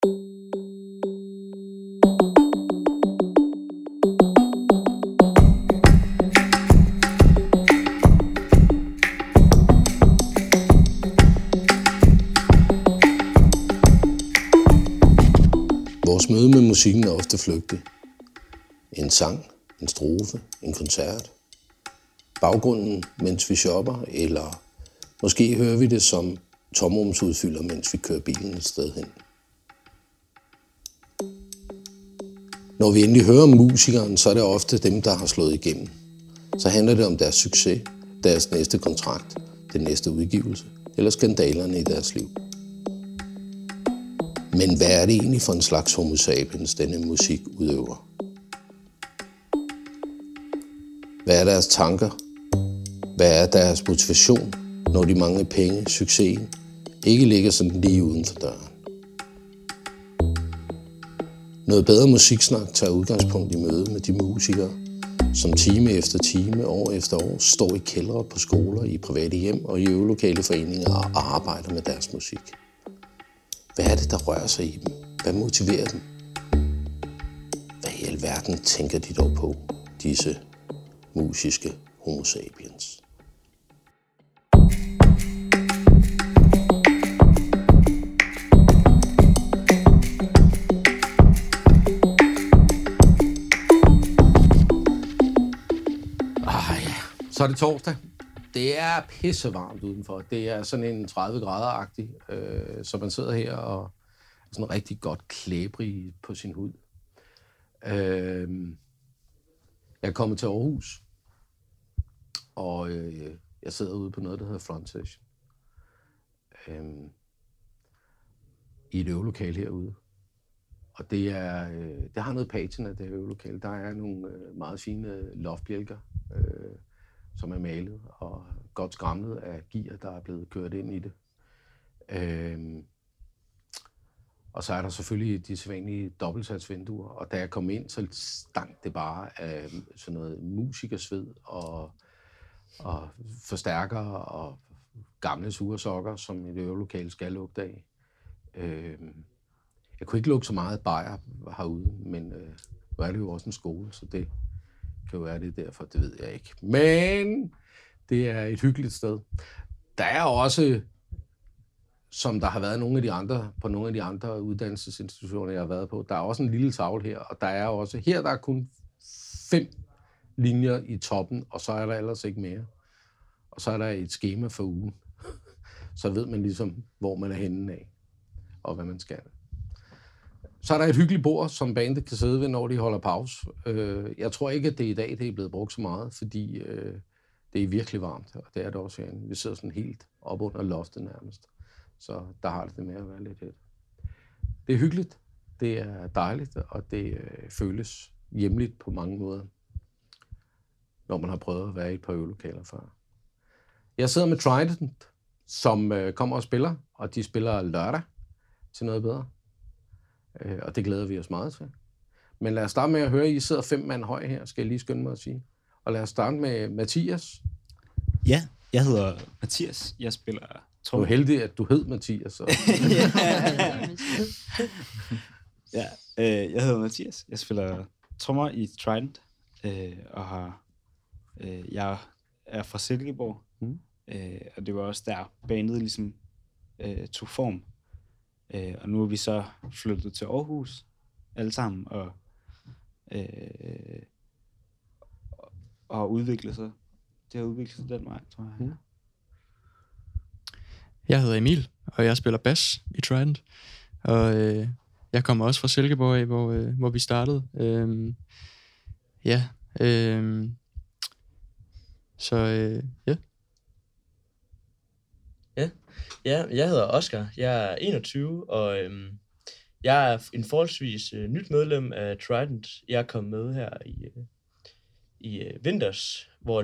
Vores møde med musikken er ofte flygtig. En sang, en strofe, en koncert. Baggrunden, mens vi shopper, eller måske hører vi det som tomrumsudfylder, mens vi kører bilen et sted hen. Når vi endelig hører om musikeren, så er det ofte dem, der har slået igennem. Så handler det om deres succes, deres næste kontrakt, den næste udgivelse, eller skandalerne i deres liv. Men hvad er det egentlig for en slags homo sapiens, denne musik udøver? Hvad er deres tanker? Hvad er deres motivation, når de mange penge, succesen, ikke ligger sådan lige uden for døren? Noget bedre musiksnak tager udgangspunkt i møde med de musikere, som time efter time, år efter år, står i kældre på skoler, i private hjem og i øvelokale foreninger og arbejder med deres musik. Hvad er det, der rører sig i dem? Hvad motiverer dem? Hvad i alverden tænker de dog på, disse musiske homo sapiens? Så er det torsdag. Det er pissevarmt udenfor. Det er sådan en 30 grader-agtig, så man sidder her og er sådan rigtig godt klæbrig på sin hud. Jeg er kommet til Aarhus, og jeg sidder ude på noget, der hedder Front Session. I et øvelokale herude. Og det har noget patina, det her øvelokale. Der er nogle meget fine loftbjælker, som er malet og godt skramlet af gear, der er blevet kørt ind i det. Og så er der selvfølgelig de sædvanlige dobbeltsatsvinduer, og da jeg kom ind, så stank det bare af sådan noget musikersved og forstærker og gamle sure sokker, som et øvelokale skal lugte af. Jeg kunne ikke lugte så meget bajer herude, men nu er det jo også en skole, så det kan jo være det derfor, det ved jeg ikke. Men det er et hyggeligt sted. Der er også, som der har været på nogle af de andre uddannelsesinstitutioner, jeg har været på, der er også en lille tavle her, og der er også, her der er kun 5 linjer i toppen, og så er der ellers ikke mere. Og så er der et skema for ugen. Så ved man ligesom, hvor man er henne af, og hvad man skal. Så er der et hyggeligt bord, som bandet kan sidde ved, når de holder pause. Jeg tror ikke, at det i dag det er blevet brugt så meget, fordi det er virkelig varmt, og det er det også herinde. Vi sidder sådan helt op under loftet nærmest, så der har det med at være lidt let. Det er hyggeligt, det er dejligt, og det føles hjemligt på mange måder, når man har prøvet at være i et par øvelokaler før. Jeg sidder med Trident, som kommer og spiller, og de spiller lørdag til noget bedre. Og det glæder vi os meget til. Men lad os starte med at høre, at I sidder 5 mand høj her, skal jeg lige skynde mig at sige. Og lad os starte med Mathias. Ja, jeg hedder Mathias. Jeg spiller trommer. Du er heldig, at du hed Mathias. Så. Ja, jeg hedder Mathias. Jeg spiller trommer i Trident. Jeg er fra Silkeborg. Og det var også der bandet ligesom tog form. Og nu er vi så flyttet til Aarhus alle sammen og har udviklet sig. Det har udviklet sig den vej, tror jeg. Jeg hedder Emil, og jeg spiller bas i Trident. Og jeg kommer også fra Silkeborg af, hvor vi startede. Ja. Ja, jeg hedder Oscar. Jeg er 21, og jeg er en forholdsvis nyt medlem af Trident. Jeg er kommet med her i vinters, hvor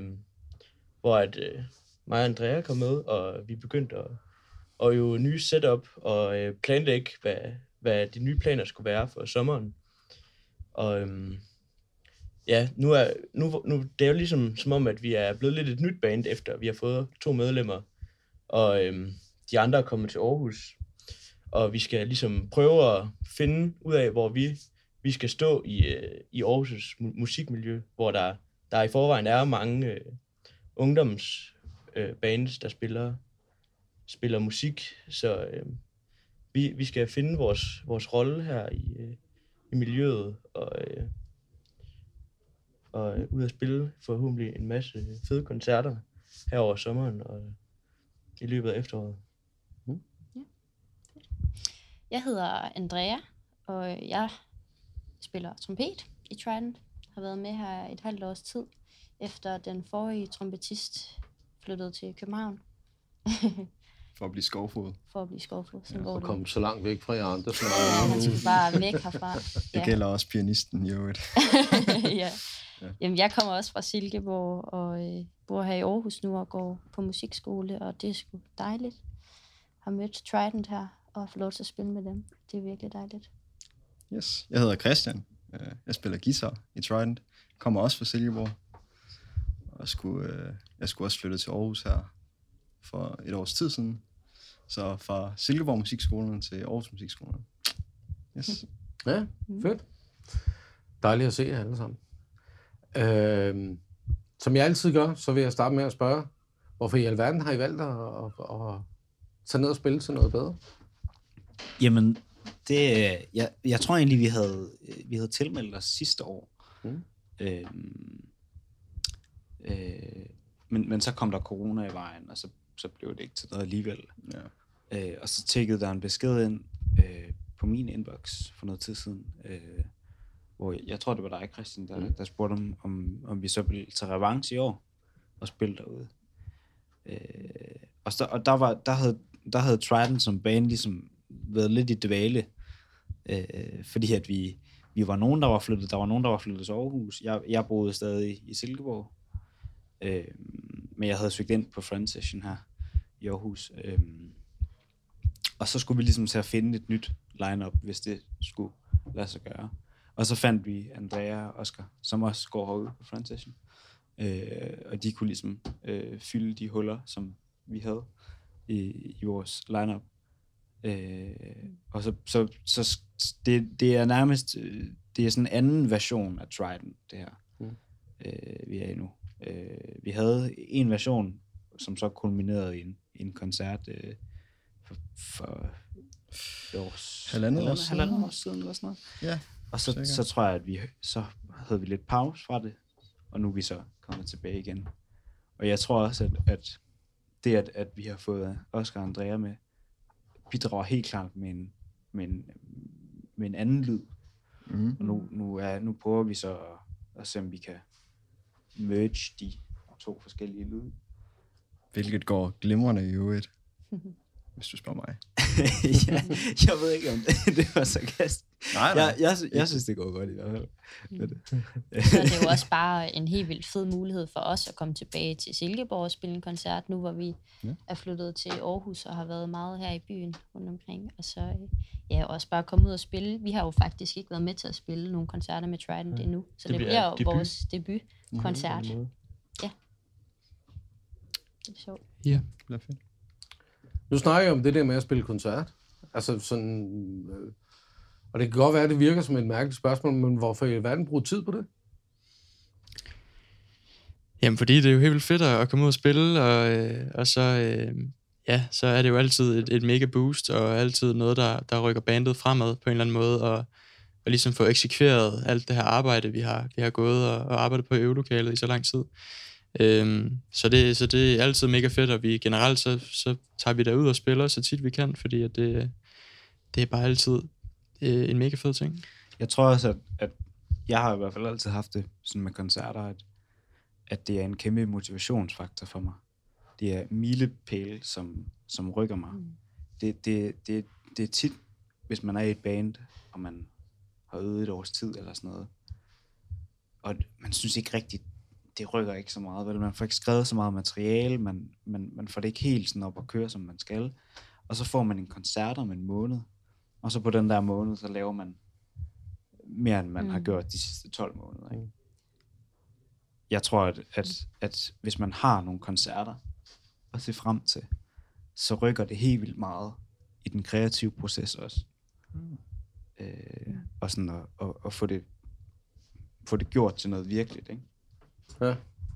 mig og Andrea kom med, og vi begyndte at jo nye setup og planlægge, hvad de nye planer skulle være for sommeren. Og ja, nu det er jo ligesom som om, at vi er blevet lidt et nyt band, efter vi har fået 2 medlemmer, og de andre er kommet til Aarhus. Og vi skal ligesom prøve at finde ud af, hvor vi skal stå i Aarhus' musikmiljø, hvor der i forvejen er mange ungdomsbands, der spiller musik. Så vi skal finde vores rolle her i miljøet, og ud at spille forhåbentlig en masse fede koncerter her over sommeren og i løbet af efteråret. Jeg hedder Andrea, og jeg spiller trompet i Trident. Har været med her et halvt års tid, efter den forrige trompetist flyttede til København. For at blive skovfod. Sådan går Og det. komme så langt væk fra jer andre. Ja, han skulle bare væk herfra. Det gælder også pianisten i øvrigt. Ja. Jamen, jeg kommer også fra Silkeborg og bor her i Aarhus nu og går på musikskole, og det er sgu dejligt. Har mødt Trident her og få lov til at spille med dem. Det er virkelig dejligt. Yes. Jeg hedder Christian. Jeg spiller guitar i Trident. Kommer også fra Silkeborg. Og jeg skulle også flytte til Aarhus her for et års tid siden. Så fra Silkeborg Musikskolen til Aarhus Musikskolen. Yes. Ja, fedt. Dejligt at se jer alle sammen. Som jeg altid gør, så vil jeg starte med at spørge, hvorfor i alverden har I valgt at tage ned og spille til noget bedre? Jamen, jeg tror egentlig, vi havde tilmeldt os sidste år. Men så kom der corona i vejen, og så blev det ikke til noget alligevel. Ja. Og så tækkede der en besked ind på min inbox for noget tid siden, hvor jeg tror, det var dig, Christian, der spurgte om vi så ville tage revanche i år og spille derude. Og der havde Trident som band ligesom været lidt i dvale, fordi at vi var nogen, der var flyttet. Der var nogen, der var flyttet til Aarhus. Jeg boede stadig i Silkeborg. Men jeg havde søgt ind på Friend Session her i Aarhus. Og så skulle vi ligesom til at finde et nyt line-up, hvis det skulle lade sig gøre. Og så fandt vi Andrea og Oscar, som også går herude på Friend Session. Og de kunne ligesom fylde de huller, som vi havde i vores line-up. Og så det er nærmest det er sådan en anden version af Trident, det her vi er i nu. Vi havde en version, som så kulminerede i en koncert for halvandet år siden eller sådan noget. Ja, og så tror jeg, at så havde vi lidt pause fra det, og nu er vi så kommet tilbage igen. Og jeg tror også, at det, at vi har fået Oscar og Andrea med, bidrager helt klart med en anden lyd. Og nu prøver vi så at se, om vi kan merge de to forskellige lyde. Hvilket går glimrende i øvrigt, hvis du spørger mig. Ja, jeg ved ikke, om det var sarkastisk. Nej. Jeg synes, det går godt i hvert fald. Så det er jo også bare en helt vildt fed mulighed for os at komme tilbage til Silkeborg og spille en koncert, nu hvor vi er flyttet til Aarhus og har været meget her i byen rundt omkring. Og så også bare komme ud og spille. Vi har jo faktisk ikke været med til at spille nogle koncerter med Trident endnu, så det bliver jo vores debutkoncert. Ja. Det er sjovt. Ja, det bliver fedt. Nu snakker jeg om det der med at spille koncert. Altså sådan... og det kan godt være, at det virker som et mærkeligt spørgsmål, men hvorfor i verden bruge tid på det? Jamen, fordi det er jo helt vildt fedt at komme ud og spille, og så, så er det jo altid et mega boost, og altid noget, der rykker bandet fremad på en eller anden måde, og ligesom få eksekveret alt det her arbejde, vi har gået og arbejdet på i øvelokalet i så lang tid. Så det er altid mega fedt, og vi generelt så tager vi derud og spiller så tit vi kan, fordi at det er bare altid en mega fed ting. Jeg tror også, at jeg har i hvert fald altid haft det sådan med koncerter, at det er en kæmpe motivationsfaktor for mig. Det er milepæle, som rykker mig. Det er tit, hvis man er i et band, og man har øvet et års tid eller sådan noget, og man synes ikke rigtigt, det rykker ikke så meget, vel? Man får ikke skrevet så meget materiale, man får det ikke helt sådan op at køre, som man skal, og så får man en koncert om en måned, og så på den der måned, så laver man mere, end man har gjort de sidste 12 måneder. Ikke? Jeg tror, at hvis man har nogle koncerter at se frem til, så rykker det helt vildt meget i den kreative proces også. Og sådan at få det gjort til noget virkeligt, ikke? Ja.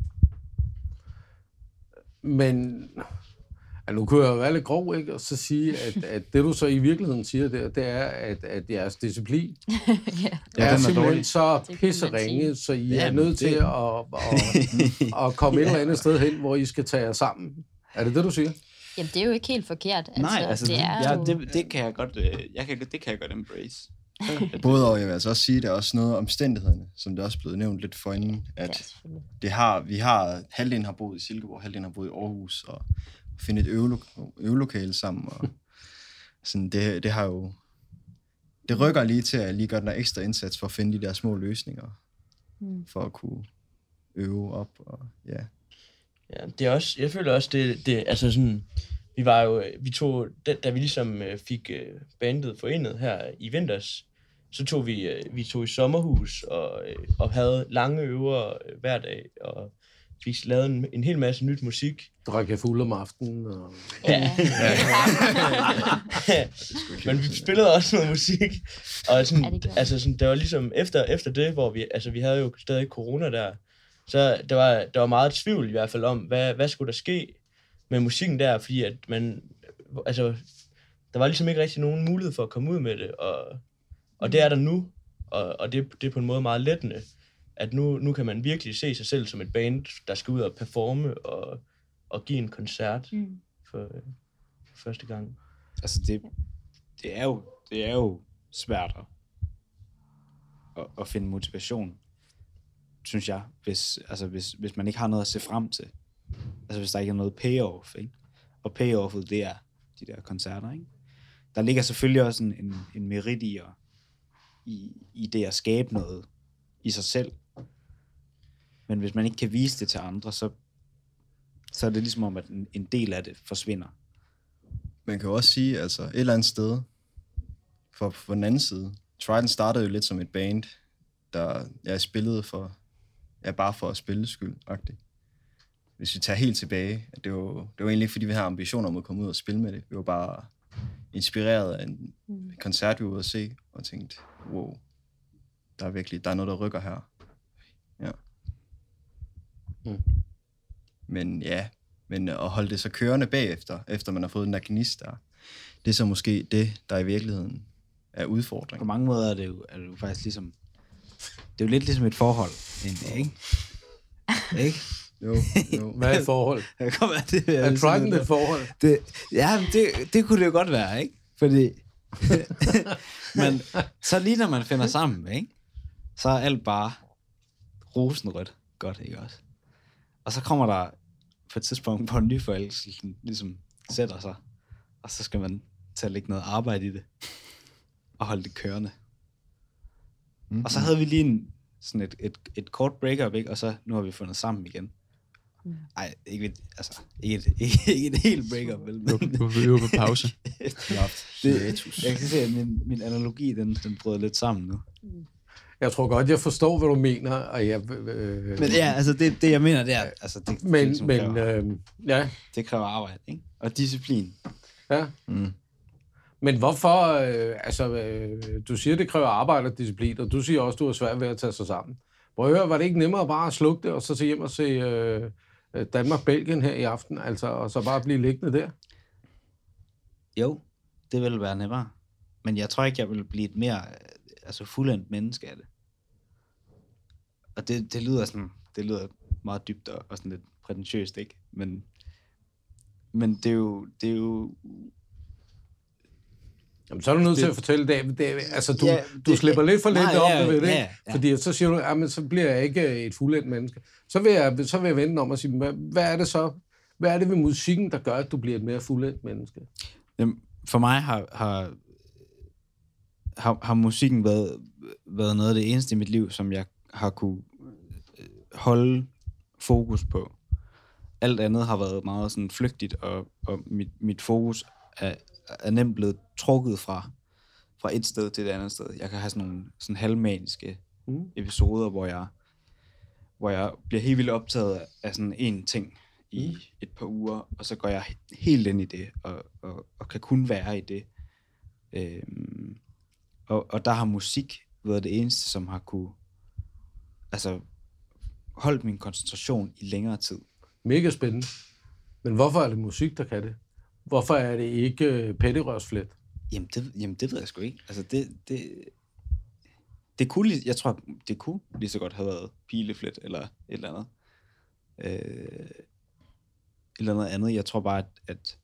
Men nu kunne jeg jo være lidt grov, ikke? Og så sige, at det du så i virkeligheden siger der, det er, at jeres disciplin er simpelthen så pisseringe, så I er nødt til at komme et eller andet sted hen, hvor I skal tage jer sammen. Er det det, du siger? Jamen, det er jo ikke helt forkert. Nej, altså det kan jeg godt, det kan jeg godt embrace. Både og, jeg vil altså også sige, at der er også noget omstændighederne, som det også er blevet nævnt lidt forinden, at vi har, halvdelen har boet i Silkeborg, halvdelen har boet i Aarhus, og finde et øvelokale sammen, og sådan, det har jo, det rykker lige til at lige gøre den der ekstra indsats for at finde de der små løsninger, for at kunne øve op, og ja. Ja, det er også, jeg føler også, det altså sådan, vi tog, da vi ligesom fik bandet forenet her i vinters, så tog vi tog i sommerhus og havde lange øver hver dag, og vi lavede en hel masse nyt musik. Drak jeg fuld om aftenen. Og... Ja. Men vi spillede også noget musik, og sådan, altså sådan, det var ligesom efter det, hvor vi havde jo stadig corona der, så der var meget tvivl i hvert fald om, hvad skulle der ske med musikken der, fordi at der var ligesom ikke rigtig nogen mulighed for at komme ud med det, og det er der nu, og det er på en måde meget lettende, at nu kan man virkelig se sig selv som et band, der skal ud og performe og give en koncert for første gang. Altså det er jo svært at finde motivation, synes jeg, hvis man ikke har noget at se frem til. Altså hvis der ikke er noget payoff, ikke? Og payoffet, det er de der koncerter, ikke? Der ligger selvfølgelig også en merit i det at skabe noget i sig selv. Men hvis man ikke kan vise det til andre, så er det ligesom om, at en del af det forsvinder. Man kan jo også sige, altså et eller andet sted, for den anden side, Trident startede jo lidt som et band, der jeg spillede bare for at spille skyld-agtigt. Hvis vi tager helt tilbage, det var egentlig ikke, fordi vi havde ambitioner om at komme ud og spille med det. Vi var bare inspireret af en koncert, vi var ude at se, og tænkte, wow, der er noget, der rykker her. Ja. Men at holde det så kørende bagefter, efter man har fået den der gnist der, det er så måske det, der i virkeligheden er udfordringen. På mange måder er det jo faktisk ligesom, det er jo lidt ligesom et forhold, ikke? Ikke? Jo. Hvad er et forhold? Er Trident et forhold? Det kunne det jo godt være, ikke? Fordi, men så lige når man finder sammen, ikke? Så er alt bare rosenrødt godt, ikke også? Og så kommer der på et tidspunkt, hvor en nyforelskelsen ligesom sætter sig, og så skal man til at lægge noget arbejde i det, og holde det kørende. Og så havde vi lige sådan et kort break-up, ikke? Og så nu har vi fundet sammen igen. Ej, ikke et helt break-up, vel? Vi var på pause. Jeg kan se, at min analogi, den brød lidt sammen nu. Jeg tror godt, jeg forstår, hvad du mener, og men ja, altså det jeg mener, det er, altså det kræver arbejde, ikke? Og disciplin. Ja. Men hvorfor, du siger, det kræver arbejde og disciplin, og du siger også, du er svært ved at tage sig sammen. Prøv at høre, var det ikke nemmere bare at slukke det, og så hjem og se Danmark-Belgien her i aften, altså, og så bare blive liggende der? Jo, det ville være nemmere. Men jeg tror ikke, jeg vil blive et mere fuldendt menneske af det. Og det lyder meget dybt og sådan lidt prætentiøst, ikke? Men det er jo Jamen, så er du nødt til at fortælle du slipper lidt for lidt op ved det, ja. Fordi så siger du, men så bliver jeg ikke et fuldendt menneske. Så vil jeg vende om og sige, hvad er det så? Hvad er det ved musikken, der gør, at du bliver et mere fuldendt menneske? Jamen, for mig har musikken været noget af det eneste i mit liv, som jeg har kunne holde fokus på. Alt andet har været meget sådan flygtigt, og mit fokus er nemt blevet trukket fra et sted til et andet sted. Jeg kan have sådan nogle halvmaniske episoder, hvor jeg bliver helt vildt optaget af sådan en ting i et par uger, og så går jeg helt ind i det, og kan kun være i det. Og der har musik været det eneste, som har kunne holdt min koncentration i længere tid. Mega spændende. Men hvorfor er det musik, der kan det? Hvorfor er det ikke pettirørsflet? Jamen det ved jeg sgu ikke. Altså det kunne, jeg tror, det kunne lige så godt have været pileflet eller et eller andet. Eller noget andet. Jeg tror bare, at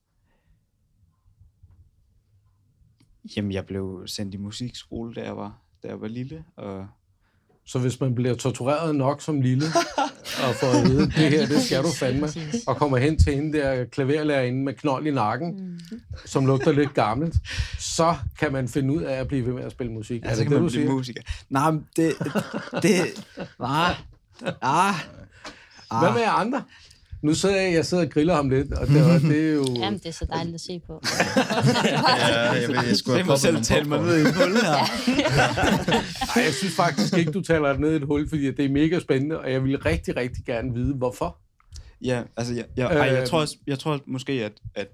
jamen, jeg blev sendt i musikskole, da jeg var lille. Og så hvis man bliver tortureret nok som lille, og får at vide, det her, det skal du fandme, og kommer hen til hende der klaverlærerinde med knold i nakken, som lugter lidt gammelt, så kan man finde ud af at blive ved med at spille musik. Ja, så kan man blive musiker. Nej, Hvad med andre? Nu sidder jeg sidder og griller ham lidt, og det er jo... Jamen, det er så dejligt at se på. Jeg skulle have selv tale mig ned i et hul her. Nej, jeg synes faktisk ikke, du taler ned i et hul, fordi det er mega spændende, og jeg vil rigtig, rigtig gerne vide, hvorfor. Ja, altså, jeg tror måske, at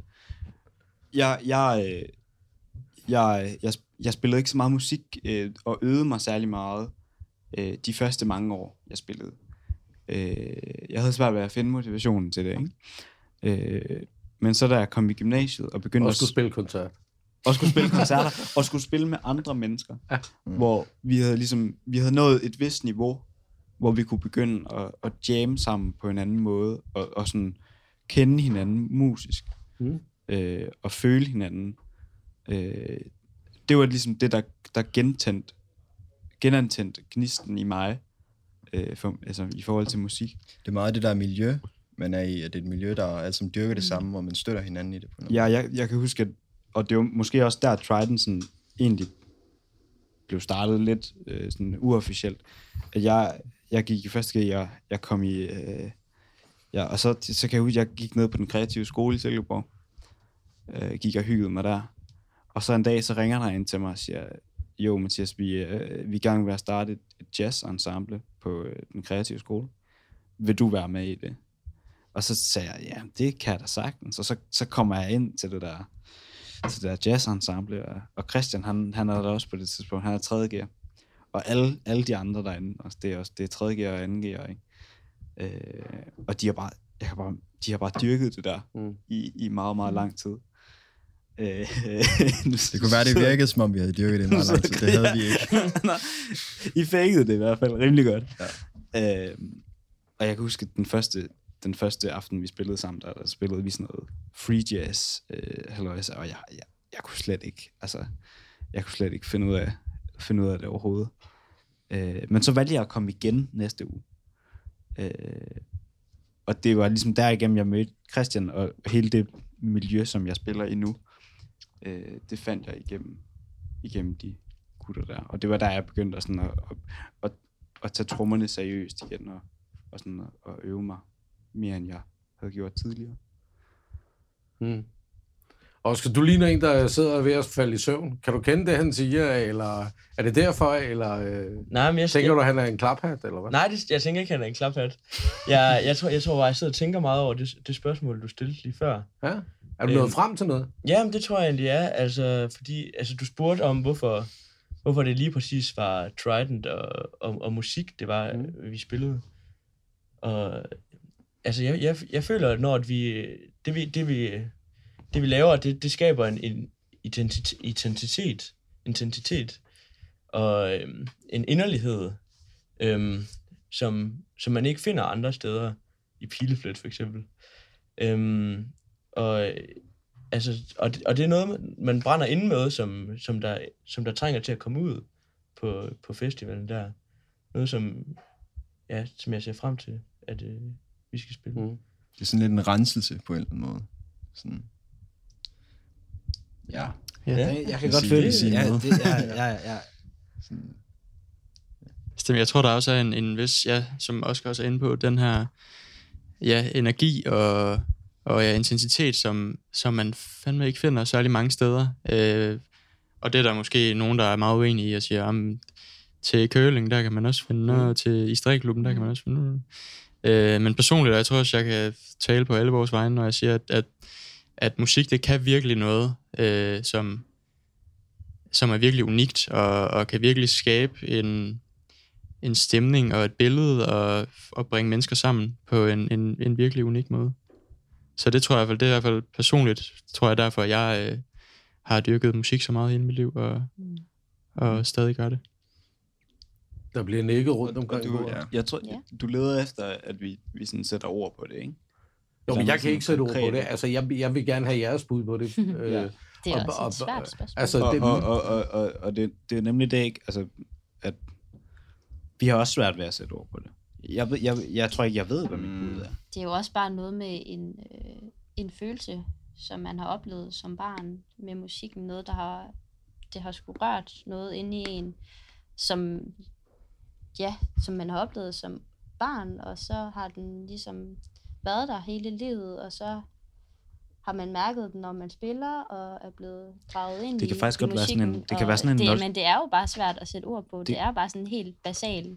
jeg spillede ikke så meget musik, og øvede mig særlig meget de første mange år, jeg spillede. Jeg havde svært ved at finde motivationen til det, ikke? Men så da jeg kom i gymnasiet og begyndte at skulle spille koncerter, og skulle spille med andre mennesker, hvor vi havde nået et vist niveau, hvor vi kunne begynde at jamme sammen på en anden måde, og sådan kende hinanden musisk, og føle hinanden. Det var ligesom det, der genantændte gnisten i mig, i forhold til musik. Det er meget det der miljø, man er i, at det er et miljø, der alle sammen dyrker det samme, og man støtter hinanden i det. På ja, jeg kan huske, og det var måske også der, Trident sådan egentlig blev startet lidt sådan uofficielt. At jeg gik i første G, jeg kom i... og så kan jeg huske, jeg gik ned på den kreative skole i Silkeborg. Gik og hyggede mig der. Og så en dag, så ringer der en til mig og siger, jo Mathias, vi er i gang med at starte et jazz-ensemble på den kreative skole. Vil du være med i det? Og så sagde jeg, ja, det kan jeg da sagtens. Og så kommer jeg ind til det der jazz-ensemble, og Christian, han er der også på det tidspunkt, han er 3. G. Og alle de andre derinde, også, det er 3. G og 2. G, ikke? Og de har bare dyrket det der i meget, meget lang tid. Det kunne være, det virkede, som om vi havde dyrket det meget lang tid. Det havde vi ikke. I fakede det i hvert fald rimelig godt. Ja. Og jeg kan huske, den første aften, vi spillede sammen, der spillede vi sådan noget free jazz, og jeg kunne slet ikke finde ud af det overhovedet. Men så valgte jeg at komme igen næste uge. Og det var ligesom derigennem, jeg mødte Christian, og hele det miljø, som jeg spiller i nu, det fandt jeg igennem de gutter der. Og det var der, jeg begyndte at tage trommerne seriøst igen, og sådan at øve mig mere, end jeg havde gjort tidligere. Oscar, du ligner en, der sidder ved at falde i søvn. Kan du kende det, han siger, eller er det derfor, eller nej, men tænker du, at han er en klaphat, eller hvad? Nej, jeg tænker ikke, at han er en klaphat. Jeg tror bare, jeg sidder og tænker meget over det spørgsmål, du stillede lige før. Ja? Er du nået frem til noget? Jamen, det tror jeg egentlig er. Altså, fordi du spurgte om, hvorfor det lige præcis var Trident og musik, det var, vi spillede. Og altså, jeg føler, at når det vi laver, det skaber en intensitet og en inderlighed, som man ikke finder andre steder, i pileflet for eksempel. Og det er noget, man brænder inde med, som der trænger til at komme ud på festivalen der. Noget, som jeg ser frem til, at vi skal spille. Det er sådan lidt en renselse på en eller anden måde. Sådan. Ja. Jeg kan godt føle det. Ja. Stemmer. Jeg tror, der også er en vis, som Oscar også er inde på, den her energi og intensitet, som man fandme ikke finder særlig mange steder. Og det er der måske nogen, der er meget uenige i og siger, til curling, der kan man også finde noget, i strikklubben, der kan man også finde noget. Men personligt, jeg tror også, jeg kan tale på alle vores vegne, når jeg siger, at musik, det kan virkelig noget, som er virkelig unikt, og kan virkelig skabe en stemning og et billede, og bringe mennesker sammen på en virkelig unik måde. Så det tror jeg det er i hvert fald personligt, tror jeg derfor, jeg har dyrket musik så meget i mit liv, og stadig gør det. Der bliver nikket rundt omkring. Jeg tror, du leder efter, at vi sådan sætter ord på det, ikke? Jo, men jeg kan ikke sætte ord på det. Altså, jeg vil gerne have jeres bud på det. Det er også et svært spørgsmål. Altså, det er nemlig det, ikke? Altså, at vi har også svært ved at sætte ord på det. Jeg tror ikke, jeg ved, hvad mit bud er. Det er jo også bare noget med en følelse, som man har oplevet som barn med musikken. Noget, det har sgu rørt noget inde i en, som man har oplevet som barn, og så har den ligesom været der hele livet, og så har man mærket den, når man spiller, og er blevet draget ind i det kan faktisk godt musikken, være sådan en, det kan være sådan en men det er jo bare svært at sætte ord på. Det er bare sådan en helt basal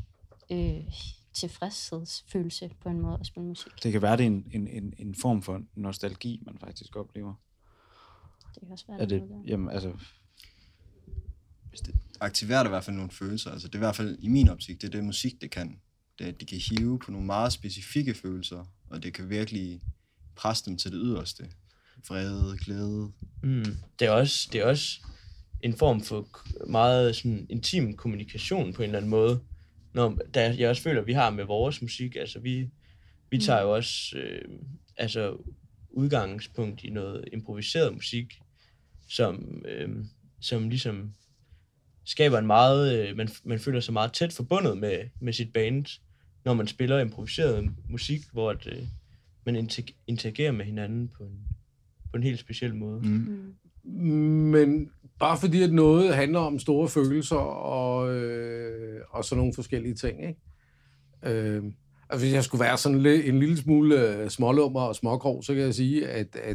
tilfredshedsfølelse på en måde at spille musik. Det kan være, det er en form for nostalgi, man faktisk oplever. Det kan også være det. Jamen, altså... Det aktiverer i hvert fald nogle følelser. Altså, det er i hvert fald i min optik, det er det musik, det kan. Det kan hive på nogle meget specifikke følelser, og det kan virkelig presse dem til det yderste. Vrede, glæde. Det er også en form for meget sådan intim kommunikation på en eller anden måde. Jeg også føler, at vi har med vores musik, altså vi tager jo også udgangspunkt i noget improviseret musik, som ligesom skaber en meget, man føler sig meget tæt forbundet med sit band, når man spiller improviseret musik, hvor man interagerer med hinanden på en helt speciel måde. Men bare fordi at noget handler om store følelser og sådan nogle forskellige ting, ikke? Altså hvis jeg skulle være sådan en lille smule smålummer og småkrog, så kan jeg sige,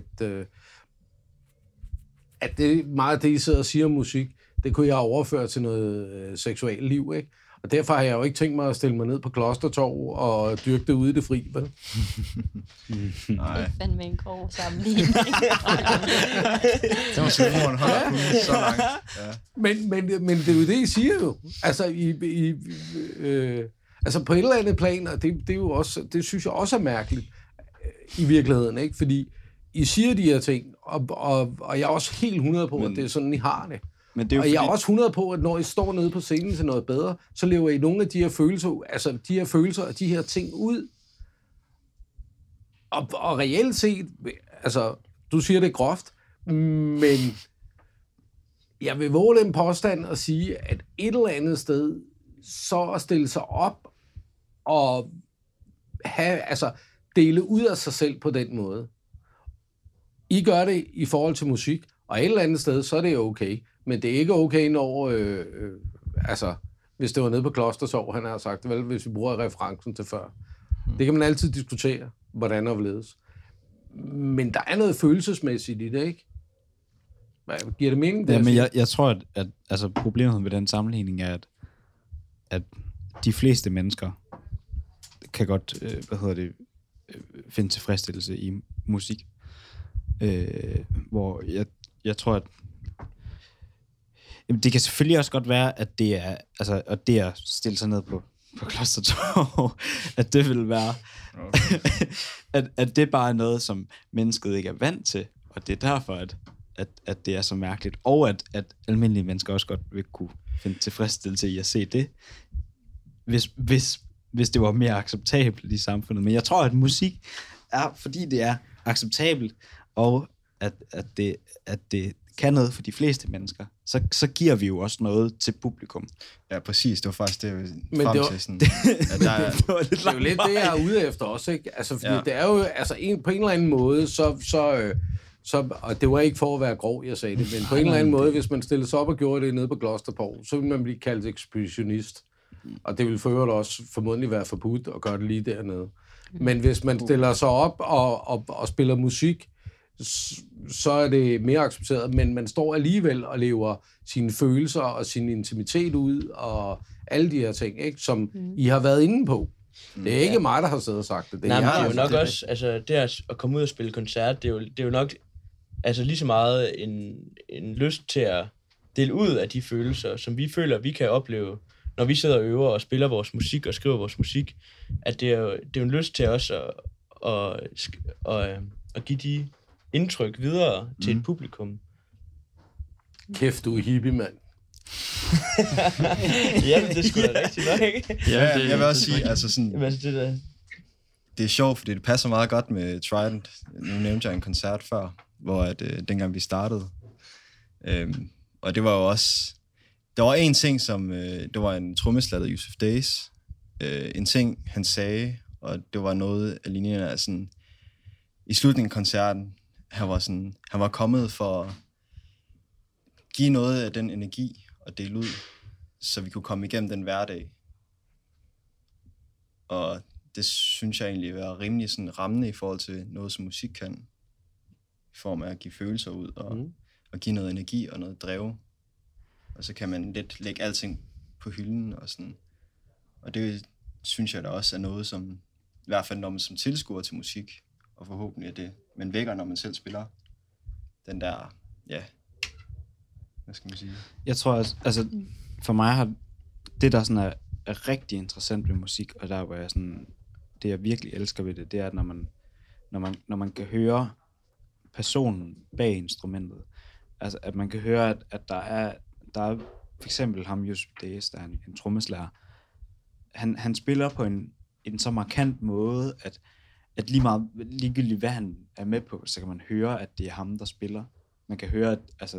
at det meget af det, I sidder og siger om musik, det kunne jeg overføre til noget seksuelt liv, ikke? Og derfor har jeg jo ikke tænkt mig at stille mig ned på Klostertorv og dyrke det ude i det fri, vel? Nej. Det er fandme en grov sammenligning. Det var selvfølgelig så langt. Ja. Men det er jo det, I siger jo. Altså, altså på et eller andet plan, og det er jo også, det synes jeg også er mærkeligt i virkeligheden, ikke? Fordi I siger de her ting, og jeg er også helt 100 på, at det er sådan, I har det. Men det er jo og jeg er også 100 på, at når I står nede på scenen til noget bedre, så lever I nogle af de her følelser, altså de her følelser og de her ting ud. Og reelt set, altså, du siger det groft, men jeg vil våge den påstand og sige, at et eller andet sted, så at stille sig op og dele ud af sig selv på den måde. I gør det i forhold til musik, og et eller andet sted, så er det jo okay. Men det er ikke okay, når, hvis det var nede på Klostertorv, han har sagt det, vel, hvis vi bruger referencen til før. Det kan man altid diskutere, hvordan og hvorledes. Men der er noget følelsesmæssigt i det, ikke? Giver det mening? Ja, men jeg tror, at altså, problemet med den sammenligning er, at de fleste mennesker kan godt, finde tilfredsstillelse i musik. Hvor jeg tror, at det kan selvfølgelig også godt være, at det er, altså, at det at stille sig ned på Klostertorv, at det vil være, at det bare er noget, som mennesket ikke er vant til, og det er derfor, at det er så mærkeligt, og at almindelige mennesker også godt vil kunne finde tilfredsstillelse i at se det, hvis det var mere acceptabelt i samfundet. Men jeg tror, at musik er, fordi det er acceptabelt, og at det kan noget for de fleste mennesker, så giver vi jo også noget til publikum. Ja, præcis. Det var faktisk det, jeg til. Sådan, det er jo lidt det, jeg er ude efter også, ikke? Altså, fordi det er jo, altså, på en eller anden måde, så, og det var ikke for at være grov, jeg sagde det, men på en eller anden måde, hvis man stillede sig op og gjorde det nede på Klostertorv, så ville man blive kaldt ekspressionist. Og det ville for øvrigt også formodentlig være forbudt at gøre det lige dernede. Men hvis man stiller sig op og spiller musik, så er det mere accepteret, men man står alligevel og lever sine følelser og sin intimitet ud, og alle de her ting, ikke, som I har været inde på. Det er ikke mig, der har siddet og sagt det. Nej, men det er jo nok også, altså det at komme ud og spille koncert, det er jo nok altså lige så meget en lyst til dele ud af de følelser, som vi føler, vi kan opleve, når vi sidder og øver og spiller vores musik og skriver vores musik, at det er jo en lyst til os at give de indtryk videre til et publikum. Kæft, du er hippie, mand. Ja, det er sgu da rigtigt nok, ikke? Ja, jeg vil også sige, altså sådan, Jamen, altså, det er sjovt, fordi det passer meget godt med Trident. Nu nævnte jeg en koncert før, hvor dengang vi startede. Og det var jo også... Der var en ting, som... det var en trommeslager, der Yusuf Days. En ting, han sagde, og det var noget af linjerne af sådan... I slutningen af koncerten, han var kommet for at give noget af den energi og dele ud, så vi kunne komme igennem den hverdag. Og det synes jeg egentlig var rimelig sådan rammende i forhold til noget, som musik kan. I form af at give følelser ud og give noget energi og noget drev. Og så kan man lidt lægge alting på hylden og sådan. Og det synes jeg da også er noget, som i hvert fald når man som tilskuer til musik, og forhåbentlig er det, man vækker, når man selv spiller den der, ja, hvad skal man sige? Jeg tror også, altså for mig har det, der sådan er rigtig interessant ved musik, og der hvor jeg sådan, det jeg virkelig elsker ved det, det er, at når man kan høre personen bag instrumentet, altså at man kan høre, at der er for eksempel ham Yusuf Days, der er en trommeslager, han spiller på en så markant måde, at ligegyldigt hvad han er med på, så kan man høre, at det er ham, der spiller. Man kan høre,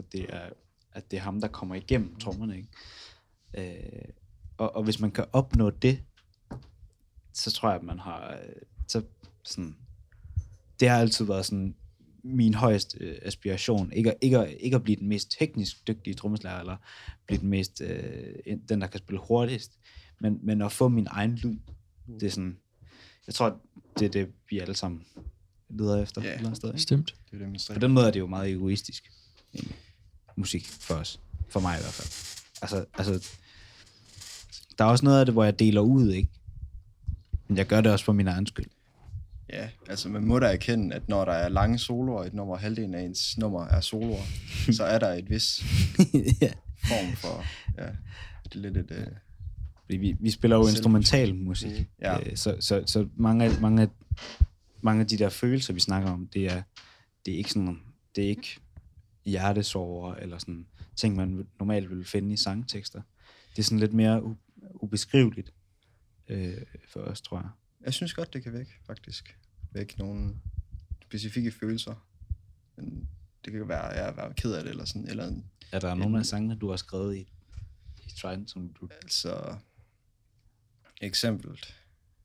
at det er ham, der kommer igennem trommerne, ikke? Og hvis man kan opnå det, så tror jeg, at man har... Så sådan, det har altid været sådan min højeste aspiration. Ikke at blive den mest teknisk dygtige trommeslager, eller blive den mest den, der kan spille hurtigst, men at få min egen lyd. Det er sådan... Jeg tror, det er det, vi alle sammen leder efter. Ja, et eller andet sted, ikke? Stemt. Det er det, På den måde er det jo meget egoistisk. Musik for os. For mig i hvert fald. Altså, der er også noget af det, hvor jeg deler ud, ikke? Men jeg gør det også for min egen skyld. Ja, altså man må da erkende, at når der er lange soloer, et nummer, halvdelen af ens nummer er soloer, så er der et vis form for, ja, det er lidt et... Vi spiller jo instrumental musik. Ja. Så mange af de der følelser, vi snakker om, det er ikke sådan, det er ikke hjertesorger eller sådan ting, man normalt ville finde i sangtekster. Det er sådan lidt mere ubeskriveligt for os, tror jeg. Jeg synes godt, det kan vække, faktisk. Vække nogle specifikke følelser. Men det kan være, at jeg er ked af det, eller sådan. Eller er der nogle af sangene, du har skrevet i Trident, som du... Altså, eksemplet.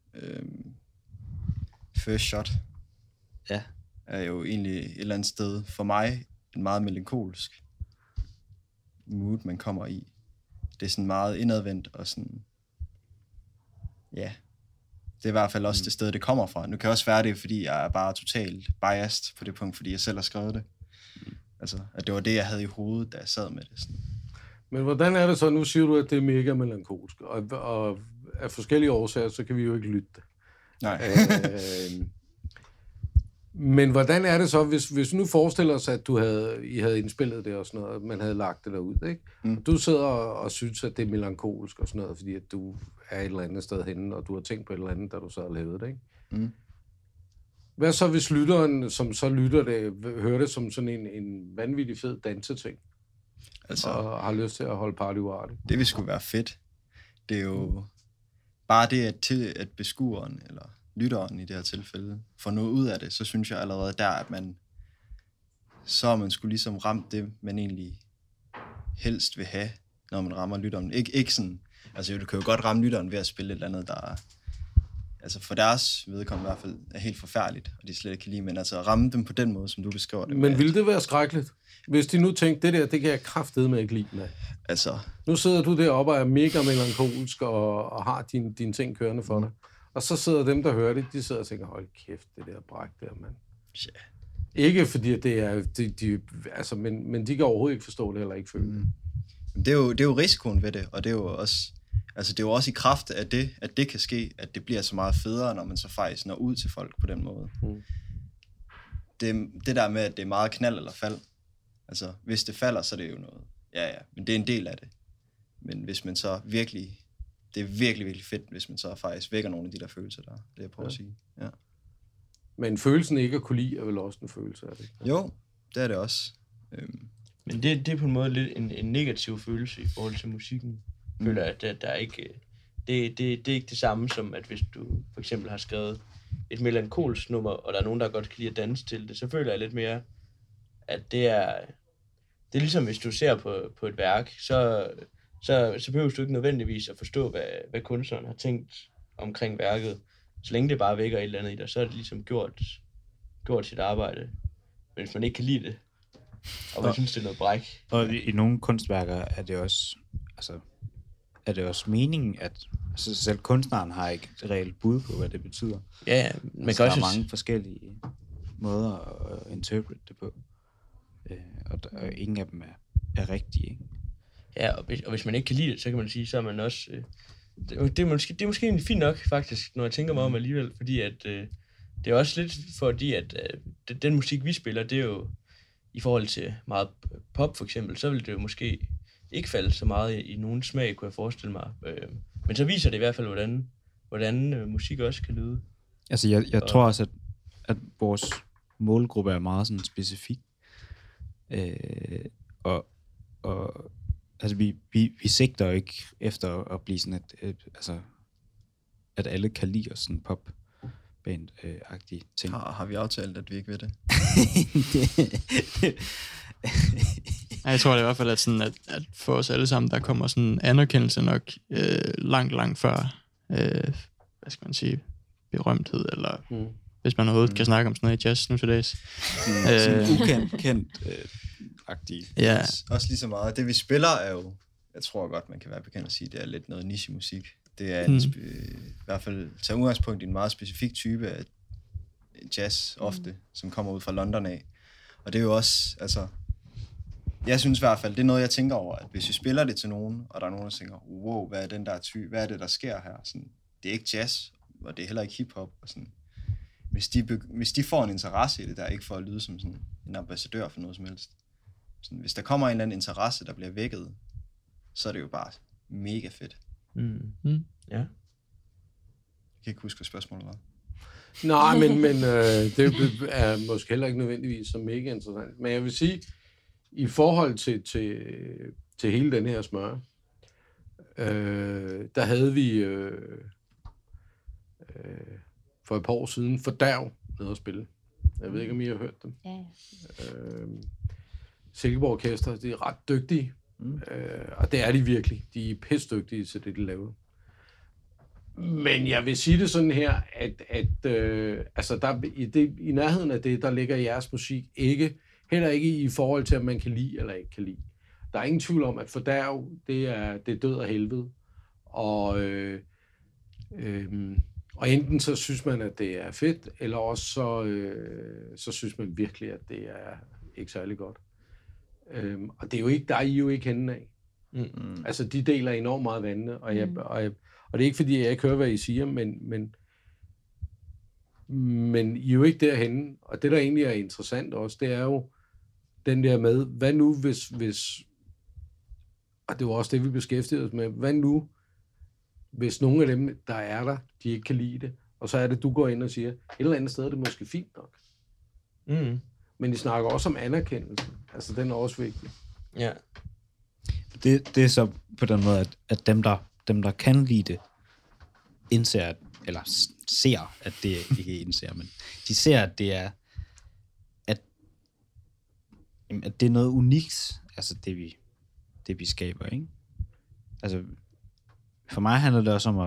First Shot. Ja. Er jo egentlig et eller andet sted, for mig, en meget melankolsk mood, man kommer i. Det er sådan meget indadvendt, og sådan... Ja. Det er i hvert fald også det sted, det kommer fra. Nu kan også være det, fordi jeg er bare totalt biased på det punkt, fordi jeg selv har skrevet det. Altså, at det var det, jeg havde i hovedet, da jeg sad med det. Sådan. Men hvordan er det så? Nu siger du, at det er mega melankolsk, og af forskellige årsager, så kan vi jo ikke lytte det. Nej. Men hvordan er det så, hvis nu forestiller os, at I havde indspillet det og sådan noget, man havde lagt det derud, ikke? Og du sidder og synes, at det er melankolsk og sådan noget, fordi at du er et eller andet sted henne, og du har tænkt på et eller andet, da du sad og lavede det, ikke? Hvad så, hvis lytteren, som så lytter det, hører det som sådan en vanvittig fed danseting? Altså, og har lyst til at holde party warty? Det vil sgu være fedt. Det er jo bare det, at beskueren, eller lytteren i det her tilfælde, får noget ud af det, så synes jeg allerede der, at man skulle ligesom ramt det, man egentlig helst vil have, når man rammer lytteren. Ikke sådan, altså du kan jo godt ramme lytteren ved at spille et eller andet, der altså for deres vedkommende i hvert fald er helt forfærdeligt, og de slet ikke kan lide, men altså ramme dem på den måde, som du beskriver det. Men ville det være skrækkeligt, hvis de nu tænkte, det kan jeg kraftedeme ikke lide med? Altså... Nu sidder du deroppe og er mega melankolsk og har dine ting kørende for dig. Og så sidder dem, der hører det, de sidder og tænker, hold kæft, det der bræk der, mand. Yeah. Ikke fordi det er, altså, men de kan overhovedet ikke forstå det eller ikke føle det. Det er jo risikoen ved det, og det er jo også, altså det er jo også i kraft af det, at det kan ske, at det bliver så meget federe, når man så faktisk når ud til folk på den måde. Det der med, at det er meget knald eller fald. Altså, hvis det falder, så er det jo noget Ja, men det er en del af det. Men hvis man så virkelig, det er virkelig, virkelig fedt, hvis man så faktisk vækker nogle af de der følelser, der det jeg prøver at sige. Ja. Men følelsen ikke at kunne lide, er vel også en følelse af det? Jo, det er det også. Men det er på en måde lidt en negativ følelse i forhold til musikken. Jeg føler, at der er ikke... Det er ikke det samme som, at hvis du for eksempel har skrevet et melankolsk nummer, og der er nogen, der godt kan lide at danse til det, så føler jeg lidt mere, at det er ligesom, hvis du ser på et værk, så behøver du ikke nødvendigvis at forstå, hvad kunstneren har tænkt omkring værket. Så længe det bare vækker et eller andet i dig, så er det ligesom gjort sit arbejde. Men hvis man ikke kan lide det, og man synes, det er noget bræk. Og i nogle kunstværker er det også meningen, at selv kunstneren har ikke et reelt bud på, hvad det betyder. Ja, man kan også... Der er mange forskellige måder at interprete det på. Og ingen af dem er rigtige, ikke? Ja, og hvis man ikke kan lide det, så kan man sige, så er man også... Det er måske egentlig fint nok, faktisk, når jeg tænker mig om alligevel, fordi at det er også lidt fordi, at den musik, vi spiller, det er jo i forhold til meget pop, for eksempel, så vil det jo måske ikke falde så meget i nogen smag, kunne jeg forestille mig. Men så viser det i hvert fald, hvordan musik også kan lyde. Altså, jeg tror også, at vores målgruppe er meget sådan specifik. Og altså, vi sigter jo ikke efter at blive sådan at alle kan lide os sådan pop-band-agtige ting. Har vi aftalt, at vi ikke ved det? Jeg tror det i hvert fald, at for os alle sammen, der kommer sådan en anerkendelse nok langt før, hvad skal man sige, berømthed, eller hvis man overhovedet kan snakke om sådan noget i jazz nu til dags. Sådan ukendt-agtige. Ja. Også lige så meget. Det vi spiller er jo, jeg tror godt, man kan være bekendt at sige, det er lidt noget niche-musik. Det er i hvert fald tage udgangspunkt i en meget specifik type af jazz ofte, som kommer ud fra London af. Og det er jo også, altså, jeg synes i hvert fald, det er noget, jeg tænker over, at hvis vi spiller det til nogen, og der er nogen, der tænker, wow, hvad er den der hvad er det, der sker her? Sådan, det er ikke jazz, og det er heller ikke hiphop. Og sådan. Hvis de får en interesse i det, der er ikke for at lyde som sådan en ambassadør for noget som helst. Sådan, hvis der kommer en eller anden interesse, der bliver vækket, så er det jo bare mega fedt. Ja. Jeg kan ikke huske, hvad spørgsmålet var. Nej, men det er måske heller ikke nødvendigvis så mega interessant. Men jeg vil sige, i forhold til hele den her smør, der havde vi for et par år siden Fordærv nede at spille. Jeg ved ikke, om I har hørt dem. Ja. Silkeborg Orkester, de er ret dygtige. Og det er de virkelig. De er pissdygtige til det, de laver. Men jeg vil sige det sådan her, at altså der, i nærheden af det, der ligger jeres musik heller ikke i forhold til, om man kan lide eller ikke kan lide. Der er ingen tvivl om, at Fordærv, det er død og helvede. Og enten så synes man, at det er fedt, eller også så synes man virkelig, at det er ikke særlig godt. Og det er jo ikke, der er I jo ikke henne af. Altså, de deler enormt meget vandene, og det er ikke, fordi jeg ikke hører, hvad I siger, men I er jo ikke derhenne. Og det, der egentlig er interessant også, det er jo den der med, hvad nu hvis og det var også det, vi beskæftigede os med, hvad nu, hvis nogle af dem, der er der, de ikke kan lide det, og så er det, du går ind og siger, et eller andet sted er det måske fint nok. Men de snakker også om anerkendelse. Altså, den er også vigtig. Ja. Det er så på den måde, at dem, der kan lide det, indser, eller ser, at det ikke indser, men de ser, at det er, at det er noget unikt, altså det vi skaber, ikke? Altså, for mig handler det også om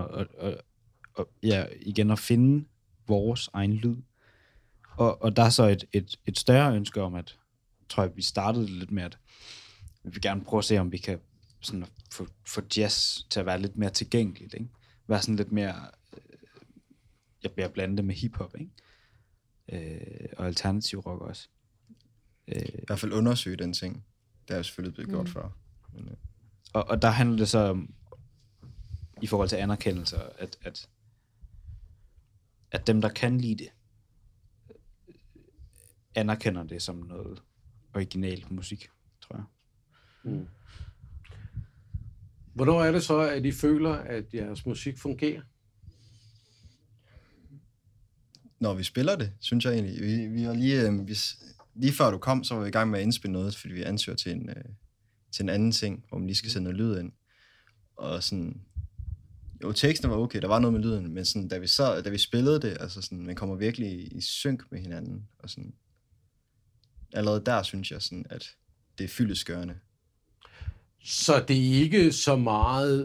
at finde vores egen lyd. Og der er så et større ønske om, at, tror jeg, vi startede lidt med, at vi vil gerne prøve at se, om vi kan sådan få jazz til at være lidt mere tilgængeligt, ikke? Være sådan lidt mere, jeg bliver blandet med hiphop, ikke? Og alternativ rock også. I hvert fald undersøge den ting. Det er jo selvfølgelig blevet gjort før. Men, og der handler det så om, i forhold til anerkendelse, at dem, der kan lide det, anerkender det som noget originalt musik, tror jeg. Hvornår er det så, at I føler, at jeres musik fungerer? Når vi spiller det, synes jeg egentlig. Vi var lige før du kom, så var vi i gang med at indspille noget, fordi vi ansøger til en anden ting, hvor man lige skal sende noget lyd ind. Og sådan, jo, teksten var okay, der var noget med lyden, men sådan, da vi spillede det, altså sådan, man kommer virkelig i synk med hinanden, og sådan, allerede der synes jeg sådan, at det er fyldestgørende. Så det er ikke så meget...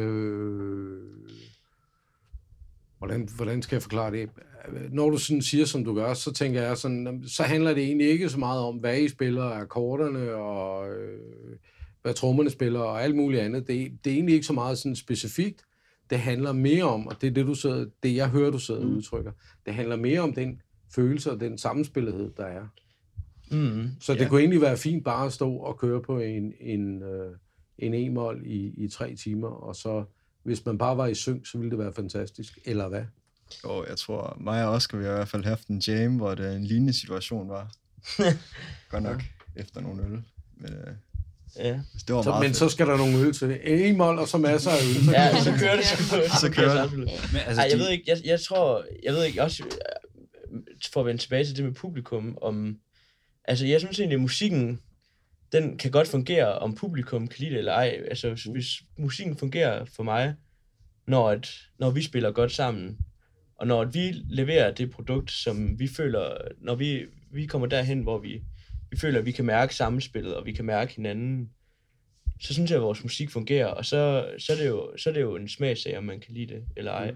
Hvordan skal jeg forklare det? Når du sådan siger, som du gør, så tænker jeg sådan, så handler det egentlig ikke så meget om, hvad I spiller, akkorderne og hvad trommerne spiller og alt muligt andet. Det er egentlig ikke så meget sådan specifikt. Det handler mere om, og det er det jeg hører, du sidder og udtrykker, det handler mere om den følelse og den sammenspillethed, der er. Så det kunne egentlig være fint bare at stå og køre på en e-mol i 3 timer, og så hvis man bare var i synk, så ville det være fantastisk, eller hvad? Og jeg tror, mig og Oscar, vi har i hvert fald haft en jam, hvor det en lignende situation var. Godt nok efter nogle øl. Men, det var meget men så skal der nogle øl til. En e-mol og så masser af øl. Så kører det. Så kører det. Men, altså, jeg ved ikke, også for at vende tilbage til det med publikum, altså jeg synes egentlig, at musikken, den kan godt fungere, om publikum kan lide det eller ej. Altså, hvis musikken fungerer for mig, når vi spiller godt sammen, og når vi leverer det produkt, som vi føler, når vi kommer derhen, hvor vi føler, at vi kan mærke samspillet, og vi kan mærke hinanden, så synes jeg, at vores musik fungerer, og så er det jo en smagssag, om man kan lide det eller ej.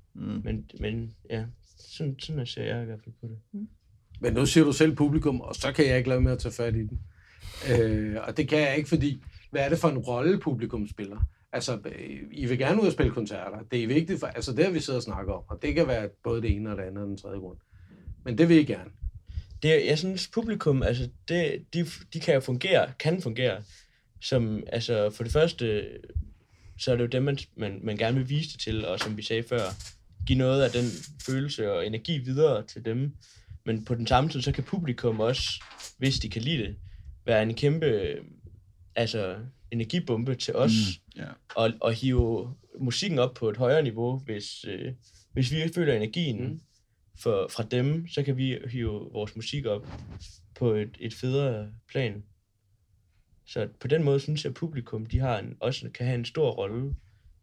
Men ja, sådan ser jeg i hvert fald på det. Men nu siger du selv publikum, og så kan jeg ikke lade med at tage fat i den. Og det kan jeg ikke, fordi hvad er det for en rolle publikum spiller? Altså, I vil gerne ud og spille koncerter. Det er vigtigt for, altså det har vi siddet og snakker om, og det kan være både det ene og det andet og den tredje grund. Men det vil I gerne. Jeg synes, publikum, altså, de kan jo fungere, som, altså, for det første, så er det jo dem, man gerne vil vise det til, og som vi sagde før, give noget af den følelse og energi videre til dem. Men på den samme tid, så kan publikum også, hvis de kan lide det, være en kæmpe energibombe til os, og hive musikken op på et højere niveau, hvis vi føler energien fra dem, så kan vi hive vores musik op på et federe plan. Så på den måde synes jeg, at publikum også kan have en stor rolle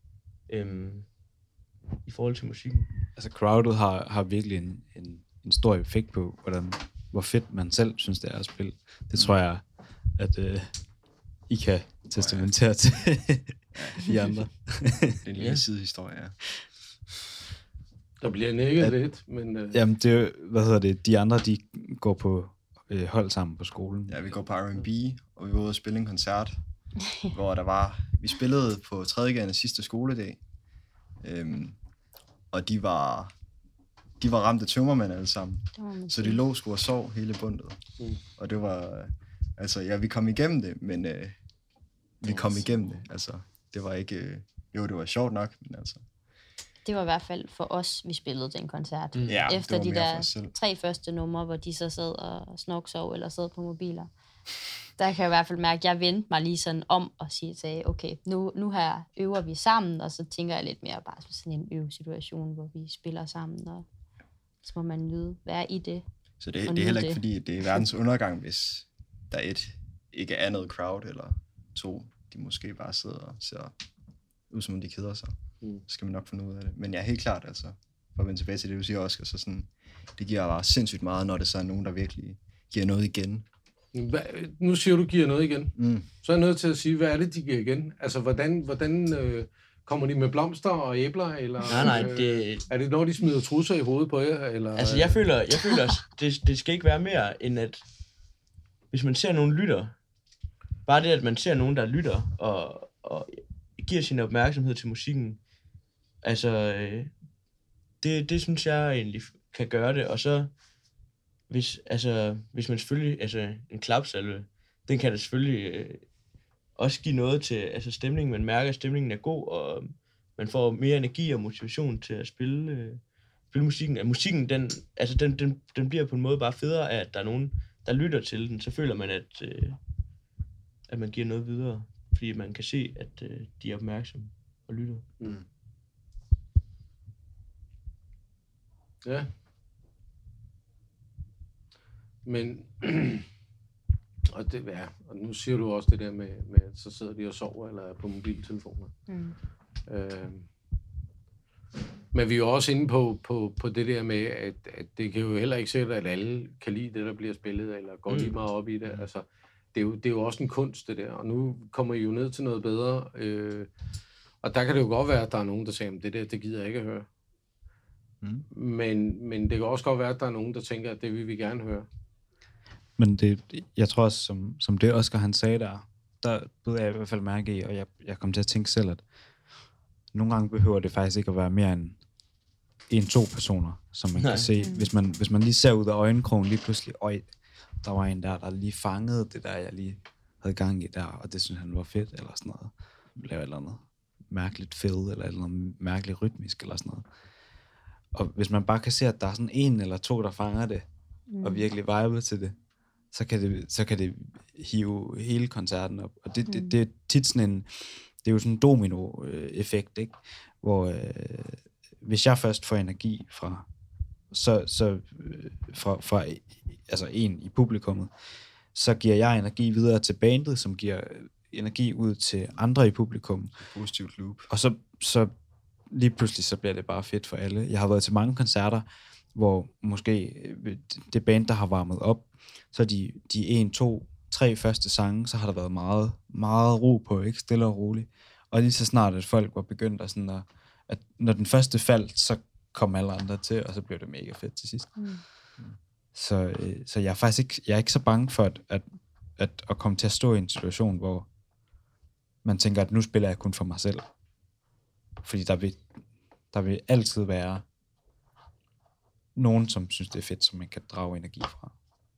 i forhold til musikken. Altså crowdet har virkelig en stor effekt på, hvor fedt man selv synes, det er at spille. Det tror jeg, at I kan testamentere til de andre. Det er en lille sidehistorie, ja. Der bliver nikket lidt, men... Jamen, de andre, de går på hold sammen på skolen. Ja, vi går på R&B, og vi var ude og spille en koncert, hvor vi spillede på 3.G'erne sidste skoledag, og de var ramt af tømmermænd alle sammen, så de lå sgu og sov hele bundet. Og det var, altså, vi kom igennem det, men vi kom igennem det, altså, det var ikke, det var sjovt nok, men altså. Det var i hvert fald for os, vi spillede den koncert. Ja, efter de der 3 første numre, hvor de så sad og snoksov eller sad på mobiler. Der kan jeg i hvert fald mærke, at jeg vendte mig lige sådan om og sagde, okay, nu her øver vi sammen, og så tænker jeg lidt mere bare sådan en øvesituation, hvor vi spiller sammen, og så må man være i det. Så det er heller ikke fordi, det er verdens undergang, hvis der ikke er noget crowd, eller 2, de måske bare sidder og ser ud, som om de keder sig. Så skal man nok finde ud af det. Men ja, helt klart, altså, for at vende tilbage til det, du siger, Oscar, så sådan, det giver bare sindssygt meget, når det så er nogen, der virkelig giver noget igen. Nu siger du, giver noget igen. Så er jeg nødt til at sige, hvad er det, de giver igen? Altså, hvordan kommer de med blomster og æbler? Eller, nej, er det når de smider trusser i hovedet på jer? Eller? Altså, jeg føler det skal ikke være mere, end at hvis man ser nogen lytter, bare det, at man ser nogen, der lytter, og giver sin opmærksomhed til musikken, altså, det synes jeg egentlig kan gøre det. Og så, hvis man selvfølgelig, altså en klapsalve, den kan da selvfølgelig også give noget til stemningen. Man mærker, at stemningen er god, og man får mere energi og motivation til at spille musikken. At musikken, den bliver på en måde bare federe af, at der er nogen, der lytter til den. Så føler man, at man giver noget videre. fordi man kan se, at de er opmærksomme og lytter. Mm. Ja. Men, og nu siger du også det der med så sidder de og sover, eller er på mobiltelefoner. Mm. Men vi er jo også inde på det der med, at det kan jo heller ikke sætte, at alle kan lide det, der bliver spillet, eller går lige meget op i det. Altså, det er jo også en kunst, det der. Og nu kommer I jo ned til noget bedre. Og der kan det jo godt være, at der er nogen, der siger, at det der, det gider jeg ikke at høre. Mm. Men det kan også godt være, at der er nogen, der tænker, at det vil vi gerne høre. Men jeg tror også, som det Oscar han sagde der blev jeg i hvert fald mærke i, og jeg kom til at tænke selv, at nogle gange behøver det faktisk ikke at være mere end 1-2 personer, som man kan se. Hvis man lige ser ud af øjenkrogen lige pludselig, der var en der lige fangede det der, jeg lige havde gang i der, og det synes han var fedt, eller sådan noget. Lave et eller andet mærkeligt fill, eller et eller andet mærkeligt rytmisk, eller sådan noget. Og hvis man bare kan se, at der er sådan 1 eller 2, der fanger det, og virkelig viber til det, så kan det hive hele koncerten op. Og det er tit sådan en, det er jo sådan en domino-effekt, ikke? Hvor hvis jeg først får energi fra altså en i publikummet, så giver jeg energi videre til bandet, som giver energi ud til andre i publikum. Positivt loop. Og så lige pludselig så bliver det bare fedt for alle. Jeg har været til mange koncerter, hvor måske det band, der har varmet op, så de 1, 2, 3 første sange, så har der været meget, meget ro på, ikke? Stille og roligt. Og lige så snart, at folk var begyndt at når den første faldt, så kom alle andre til, og så blev det mega fedt til sidst. Så jeg er faktisk ikke så bange for at komme til at stå i en situation, hvor man tænker, at nu spiller jeg kun for mig selv. Fordi der vil altid være nogen, som synes, det er fedt, som man kan drage energi fra.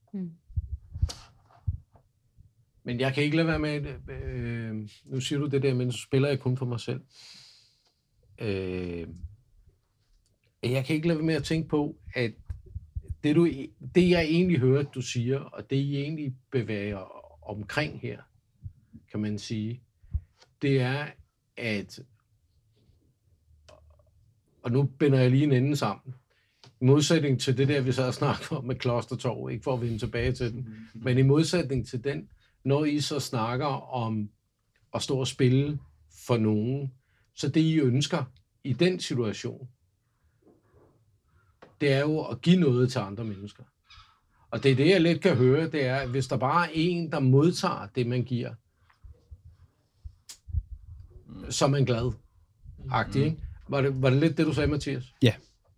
Men jeg kan ikke lade være med, nu siger du det der, men så spiller jeg kun for mig selv. Jeg kan ikke lade være med at tænke på, at det jeg egentlig hører, du siger, og det I egentlig bevæger omkring her, kan man sige, det er, at, og nu binder jeg lige en ende sammen, i modsætning til det der, vi så har snakket om med Klostertorv, ikke for at vende tilbage til den, men i modsætning til den, når I så snakker om at stå og spille for nogen, så det I ønsker i den situation, det er jo at give noget til andre mennesker. Og det jeg lidt kan høre, det er, at hvis der bare er en, der modtager det, man giver, så er man glad. Agtig, ikke? Var det lidt det, du sagde, Mathias? Ja.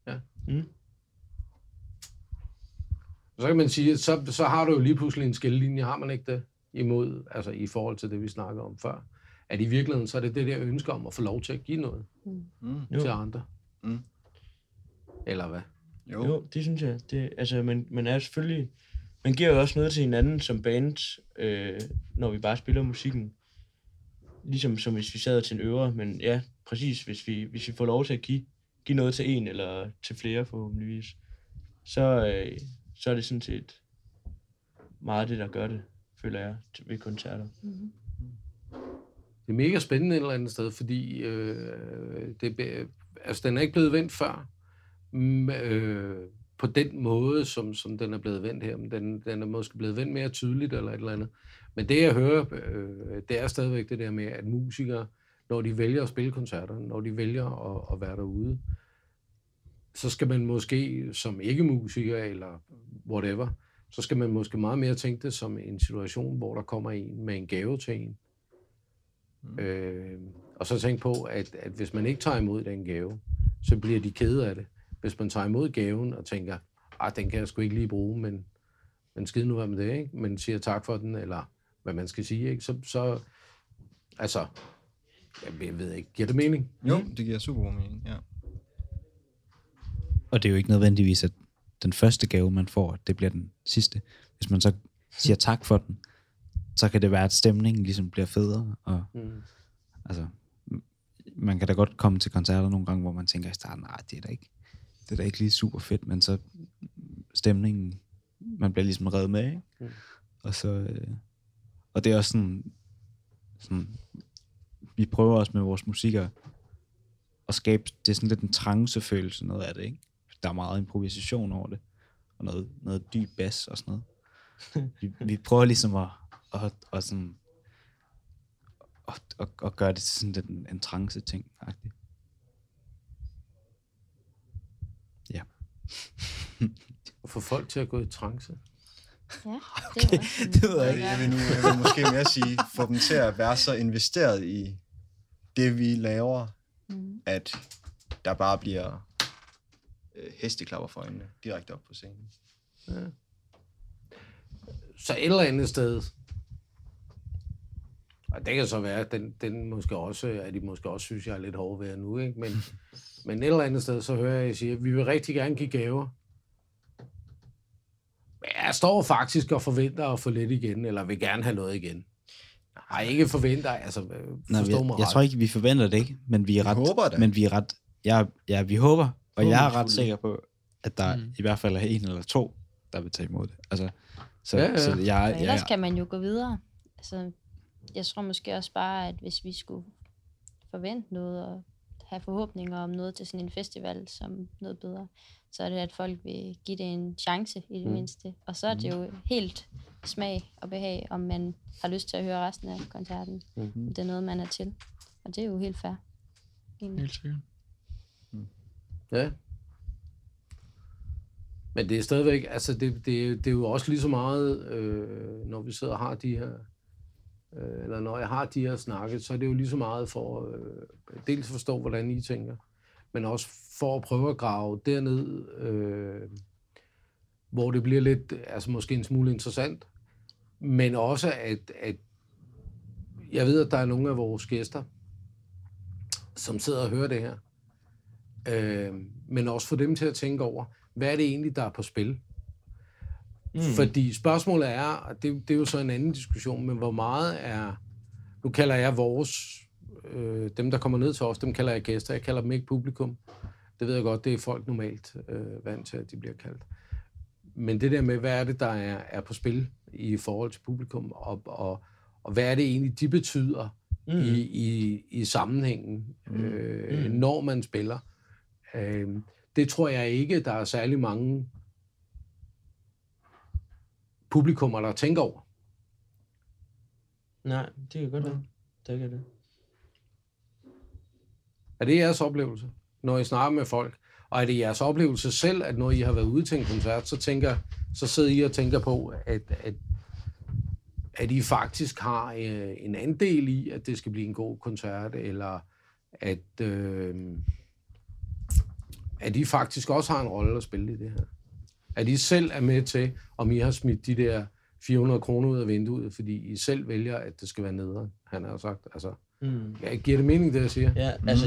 Så kan man sige, at så har du jo lige pludselig en skillelinje, har man ikke det? Imod, altså i forhold til det, vi snakkede om før. At i virkeligheden, så er det der ønsker om at få lov til at give noget til andre. Eller hvad? Jo, det synes jeg. Altså, man er selvfølgelig, man giver jo også noget til hinanden som band, når vi bare spiller musikken. Ligesom som hvis vi sad til en øver, men ja, præcis, hvis vi får lov til at give noget til en, eller til flere forhåbentligvis, så er det sådan set meget det, der gør det, føler jeg, ved koncerter. Det er mega spændende et eller andet sted, fordi den er ikke blevet vendt før på den måde, som den er blevet vendt her. Men den er måske blevet vendt mere tydeligt eller et eller andet. Men det jeg hører, det er stadigvæk det der med, at musikere, når de vælger at spille koncerter, når de vælger at være derude, så skal man måske som ikke-musiker eller whatever, så skal man måske meget mere tænke det som en situation, hvor der kommer en med en gave til en. Og så tænke på, at hvis man ikke tager imod den gave, så bliver de kede af det. Hvis man tager imod gaven og tænker, den kan jeg sgu ikke lige bruge, men skide nu være med det, ikke? Men siger tak for den, eller hvad man skal sige, ikke? Så altså, jeg ved ikke, giver det mening? Jo, det giver super god mening, ja. Og det er jo ikke nødvendigvis, at den første gave, man får, det bliver den sidste. Hvis man så siger tak for den, så kan det være, at stemningen ligesom bliver federe. Og, altså, man kan da godt komme til koncerter nogle gange, hvor man tænker i starten, det er da ikke lige super fedt, men så stemningen, man bliver ligesom reddet med, ikke? Og så, og det er også sådan, vi prøver også med vores musik at skabe, det er sådan lidt en trancefølelse, noget af det, ikke? Der er meget improvisation over det, og noget dyb bas og sådan noget. Vi prøver ligesom at sådan, at gøre det til sådan lidt en trance-ting, faktisk. Ja. Og få folk til at gå i trance. Ja, Okay, det ved jeg ikke. Jeg vil måske mere sige, få dem til at være så investeret i det, vi laver, at der bare bliver hesteklapper for øjnene direkte op på scenen. Ja. Så et eller andet sted, og det kan så være, at den måske også, at de måske også synes, jeg er lidt hård ved nu, ikke? Men et eller andet sted, så hører jeg sige, at vi vil rigtig gerne give gaver. Men jeg står faktisk og forventer at få lidt igen, eller vil gerne have noget igen. Nej, ikke forventer, altså forstå mig jeg tror ikke, vi forventer det ikke, men vi er ret... håber det. Men vi er ret... Ja, vi håber, og jeg er ret sikker på, at der i hvert fald er en eller to, der vil tage imod det. Altså, så ellers kan man jo gå videre. Altså, jeg tror måske også bare, at hvis vi skulle forvente noget og have forhåbninger om noget til sådan en festival som noget bedre, så er det, at folk vil give det en chance i det mindste. Og så er det jo helt smag og behag, om man har lyst til at høre resten af koncerten. Det er noget, man er til. Og det er jo helt fair. Helt sikkert. Ja. Men det er stadigvæk, altså det er jo også lige så meget, når vi sidder og har de her, eller når jeg har de her snakket, så er det jo lige så meget for dels forstå, hvordan I tænker, men også for at prøve at grave derned, hvor det bliver lidt, altså måske en smule interessant, men også at jeg ved, at der er nogle af vores gæster, som sidder og hører det her, men også få dem til at tænke over, hvad er det egentlig, der er på spil? Fordi spørgsmålet er, og det er jo så en anden diskussion, men hvor meget er, nu kalder jeg vores, dem der kommer ned til os, dem kalder jeg gæster, jeg kalder dem ikke publikum. Det ved jeg godt, det er folk normalt vant til, at de bliver kaldt. Men det der med, hvad er det, der er på spil i forhold til publikum, og hvad er det egentlig, de betyder i sammenhængen, når man spiller. Det tror jeg ikke, der er særlig mange publikummer, der tænker over. Nej, det kan godt være. Det kan det. Er det jeres oplevelse, når I snakker med folk? Og er det jeres oplevelse selv, at når I har været ude til en koncert, så sidder I og tænker på, at I faktisk har en andel i, at det skal blive en god koncert, eller at I faktisk også har en rolle at spille i det her? At I selv er med til, om I har smidt de der 400 kroner ud af vinduet, fordi I selv vælger, at det skal være nederen, han har sagt. Altså, giver det mening, det jeg siger? Ja, altså,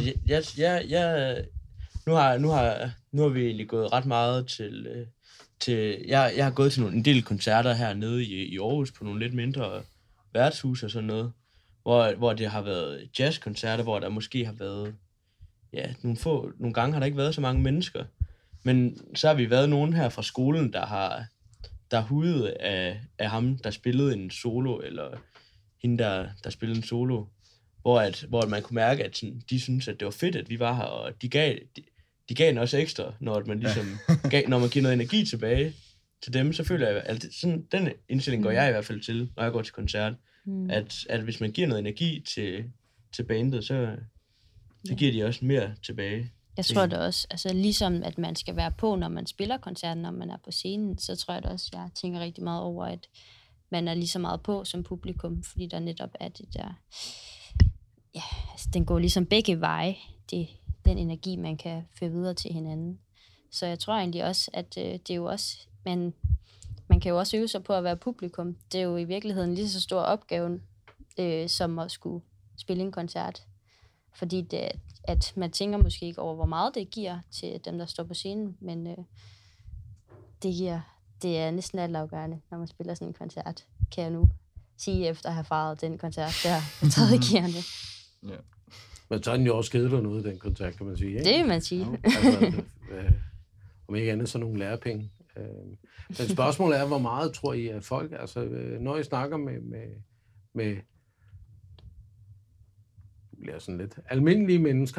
nu har vi egentlig gået ret meget til jeg har gået til en del koncerter hernede i Aarhus på nogle lidt mindre værtshus og sådan noget, hvor det har været jazzkoncerter, hvor der måske har været, ja, nogle gange har der ikke været så mange mennesker. Men så har vi været nogen her fra skolen, der har hudet af ham, der spillede en solo, eller hende, der spillede en solo, hvor man kunne mærke, at sådan, de synes, at det var fedt, at vi var her, og de gav en også ekstra, når man ligesom når man giver noget energi tilbage til dem, så føler jeg, at sådan, den indstilling går jeg i hvert fald til, når jeg går til koncert, at hvis man giver noget energi til bandet, så giver de også mere tilbage. Jeg tror det også, altså ligesom at man skal være på, når man spiller koncerten, når man er på scenen, så tror jeg det også, jeg tænker rigtig meget over, at man er lige så meget på som publikum, fordi der netop er det der, ja, altså den går ligesom begge veje, den energi, man kan føre videre til hinanden. Så jeg tror egentlig også, at det er jo også, man kan jo også øve sig på at være publikum. Det er jo i virkeligheden lige så stor opgave, som at skulle spille en koncert. Fordi at man tænker måske ikke over, hvor meget det giver til dem, der står på scenen, men det er næsten altafgørende, når man spiller sådan en koncert, kan jeg nu sige, efter at have fejret den koncert der på 3.G'erne. Ja. Men så har den jo også givet dig noget, den koncert, kan man sige. Ikke? Det vil man sige. Altså, om ikke andet, så nogle lærepenge. Men spørgsmålet er, hvor meget tror I, at folk, altså når I snakker med bliver sådan lidt almindelige mennesker,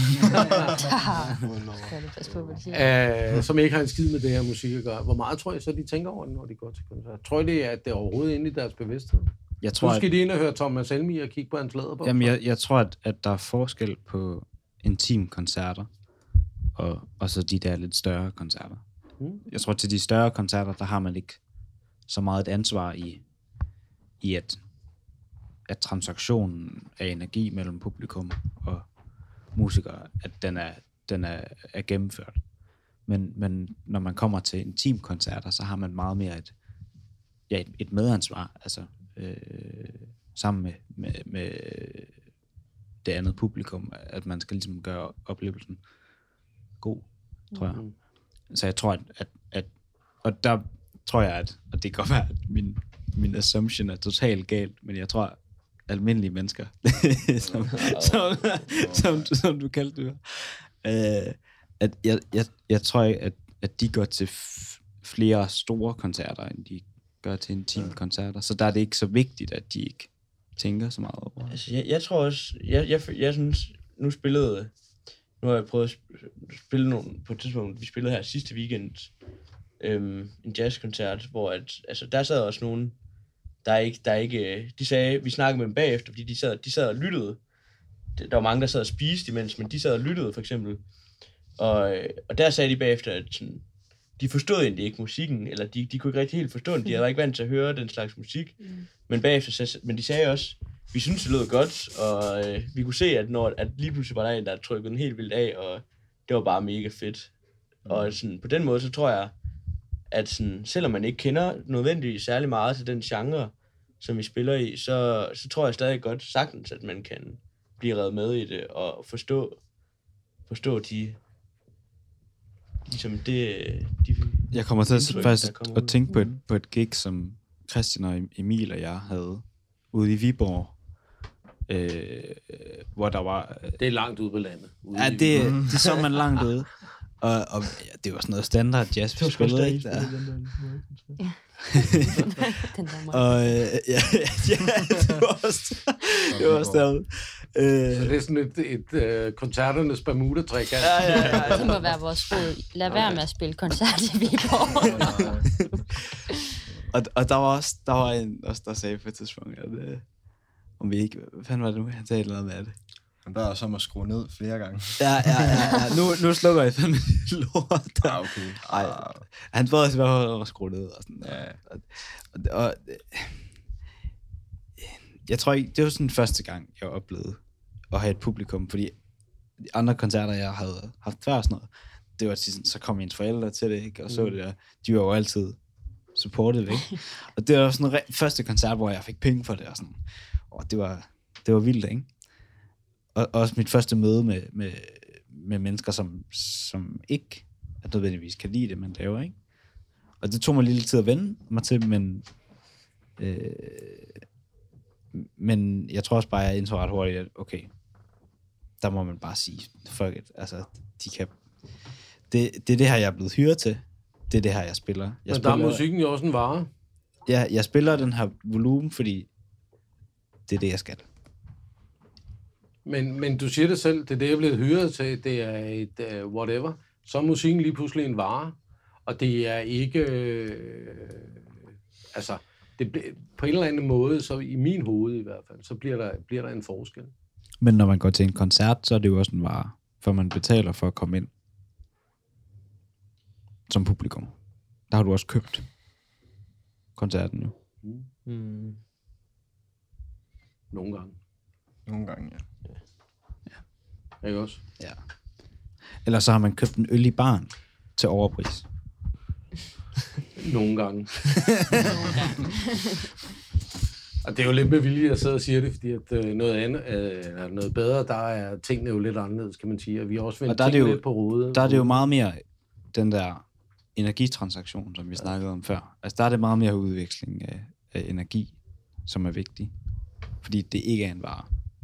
som ikke har en skid med det her musik at gøre. Hvor meget tror I så, de tænker over det, når de går til koncert? Tror I det, at det er overhovedet inde i deres bevidsthed? Jeg tror, nu skal de ind og høre Thomas Helmig og kigge på hans laderbog. Jamen, jeg tror, at der er forskel på intimkoncerter og så de der lidt større koncerter. Jeg tror, til de større koncerter, der har man ikke så meget et ansvar i at transaktionen af energi mellem publikum og musikere, at den er gennemført. Men når man kommer til intimkoncerter, så har man meget mere et medansvar, altså sammen med det andet publikum, at man skal ligesom gøre oplevelsen god, tror jeg. Så jeg tror, at og der tror jeg, og det kan godt være, at min assumption er totalt galt, men jeg tror, almindelige mennesker, som du kaldte det, at jeg tror ikke, at de går til flere store koncerter, end de gør til intimkoncerter, så der er det ikke så vigtigt, at de ikke tænker så meget over. Altså, jeg tror også, jeg synes, nu har jeg prøvet at spille nogle, på et tidspunkt, vi spillede her sidste weekend, en jazzkoncert, hvor der sad også nogen, der ikke, de sagde, vi snakkede med dem bagefter, fordi de sad og lyttede. Der var mange, der sad og spiste imens, men de sad og lyttede, for eksempel. Og der sagde de bagefter, at sådan, de forstod egentlig ikke musikken, eller de kunne ikke rigtig helt forstå den. De var ikke vant til at høre den slags musik. Men bagefter, men de sagde også, vi synes det lød godt, og vi kunne se, at lige pludselig var der en, der trykkede den helt vildt af, og det var bare mega fedt. Og sådan, på den måde, så tror jeg, at sådan, selvom man ikke kender nødvendigvis særlig meget til den genre, som vi spiller i, så tror jeg stadig godt sagtens, at man kan blive revet med i det, og forstå de ligesom jeg kommer til faktisk at tænke på et gig, som Christian og Emil og jeg havde ude i Viborg, hvor der var... Det er langt ude på landet. Ja, det så man langt ude. Og det var sådan noget standard jazz, vi spillede, ikke? Der. Og det var også derude. Så det er sådan et koncerternes Bermuda-trick. Ja. Det må være vores råd. Lad være med at spille koncert i Viborg. Og der var en også, der sagde på et tidspunkt, at om vi ikke... Hvad fanden var det nu? Han sagde noget med det. Han bør også om at skrue ned flere gange. Ja. Nu slukker jeg fandme lort. Okay. Ej, han bør også være at skrue ned. Og sådan. Ja. Og jeg tror ikke, det var sådan første gang, jeg oplevede at have et publikum, fordi de andre koncerter, jeg havde haft før sådan noget, det var sådan, så kom ens forældre til det, ikke? Og så det der, de var jo altid supportive, ikke? Og det var sådan en første koncert, hvor jeg fik penge for det, og sådan, det var vildt, ikke? Og også mit første møde med mennesker, som ikke nødvendigvis kan lide det, man laver, ikke? Og det tog mig lidt tid at vende mig til, men jeg tror også bare, jeg indså ret hurtigt, at okay, der må man bare sige, fuck it, altså, de kan... Det er det her, jeg er blevet hyret til. Det er det her, jeg spiller. Men der er musikken jo også en vare. Ja, jeg spiller den her volumen, fordi det er det, jeg skal. Men du siger det selv, det er det, jeg er blevet hyret til, det er et whatever. Så er musikken lige pludselig en vare, og det er ikke... på en eller anden måde, så i min hoved i hvert fald, så bliver der en forskel. Men når man går til en koncert, så er det jo også en vare, for man betaler for at komme ind som publikum. Der har du også købt koncerten jo. Nogle gange, ja. Ikke også? Ja. Eller så har man købt en øl i baren til overpris. Nogle gange. Og det er jo lidt med vilje, jeg sidder og siger det, fordi at noget andet, eller noget bedre, der er tingene jo lidt anderledes, kan man sige. Og vi har også vendt tingene lidt på hovedet. Der er det jo meget mere den der energitransaktion, som vi snakkede om før. Altså der er det meget mere udveksling af energi, som er vigtig. Fordi det ikke er en vare.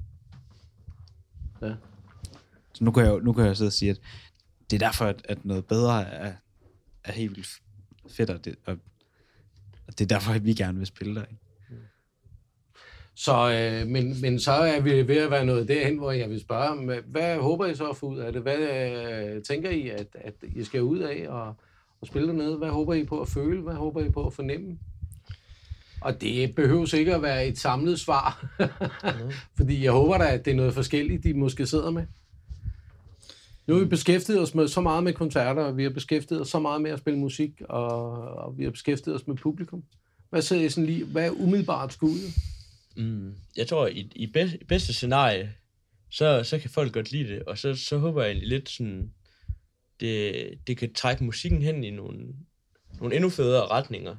Ja. Så nu kan jeg sidde og sige, at det er derfor, at noget bedre er helt vildt fedt, og det er derfor, at vi gerne vil spille der. Ikke? Så, men så er vi ved at være nået derhen, hvor jeg vil spørge, hvad håber I så at få ud af det? Hvad tænker I, at I skal ud af og spille dernede? Hvad håber I på at føle? Hvad håber I på at fornemme? Og det behøver ikke at være et samlet svar, fordi jeg håber da, at det er noget forskelligt, de måske sidder med. Nu har vi beskæftiget os med så meget med koncerter, og vi har beskæftiget os så meget med at spille musik, og vi har beskæftiget os med publikum. Hvad ser I sådan lige? Hvad er umiddelbart skuddet? Jeg tror, i bedste scenarie, så kan folk godt lide det, og så håber jeg egentlig lidt sådan, det kan trække musikken hen i nogle endnu federe retninger.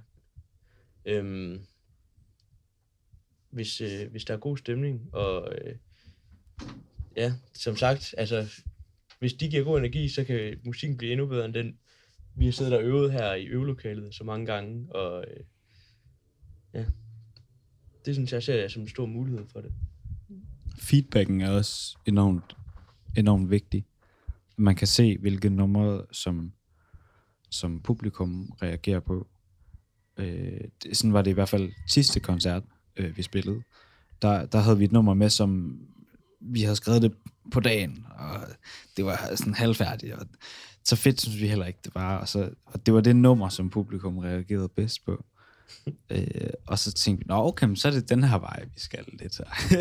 Hvis der er god stemning, og ja, som sagt, altså, hvis de giver god energi, så kan musikken blive endnu bedre end den, vi har siddet og øvet her i øvelokalet så mange gange, og ja, det synes jeg ser jeg som en stor mulighed for det. Feedbacken er også enormt vigtig. Man kan se, hvilke numre, som publikum reagerer på. Sådan var det i hvert fald sidste koncert, vi spillede. Der havde vi et nummer med, som vi havde skrevet det på dagen, og det var sådan halvfærdigt, og så fedt synes vi heller ikke, det var. Og det var det nummer, som publikum reagerede bedst på. Og så tænkte vi, okay, så er det den her vej, vi skal lidt.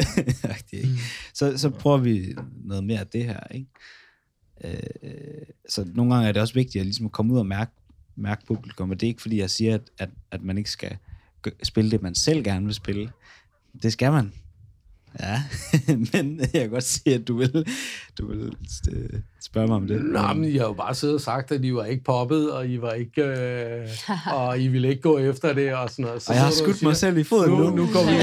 Så prøver vi noget mere af det her, ikke? Så nogle gange er det også vigtigt at ligesom komme ud og mærke publikum, og det er ikke fordi, jeg siger, at man ikke skal spille det, man selv gerne vil spille. Det skal man. Ja, men jeg kan godt se, at du vil spørge mig om det. Nå, men jeg har jo bare siddet og sagt, at I var ikke poppet, og I var ikke, og I ville ikke gå efter det, og sådan noget. Så og jeg har skudt mig selv i foden nu. Nu går vi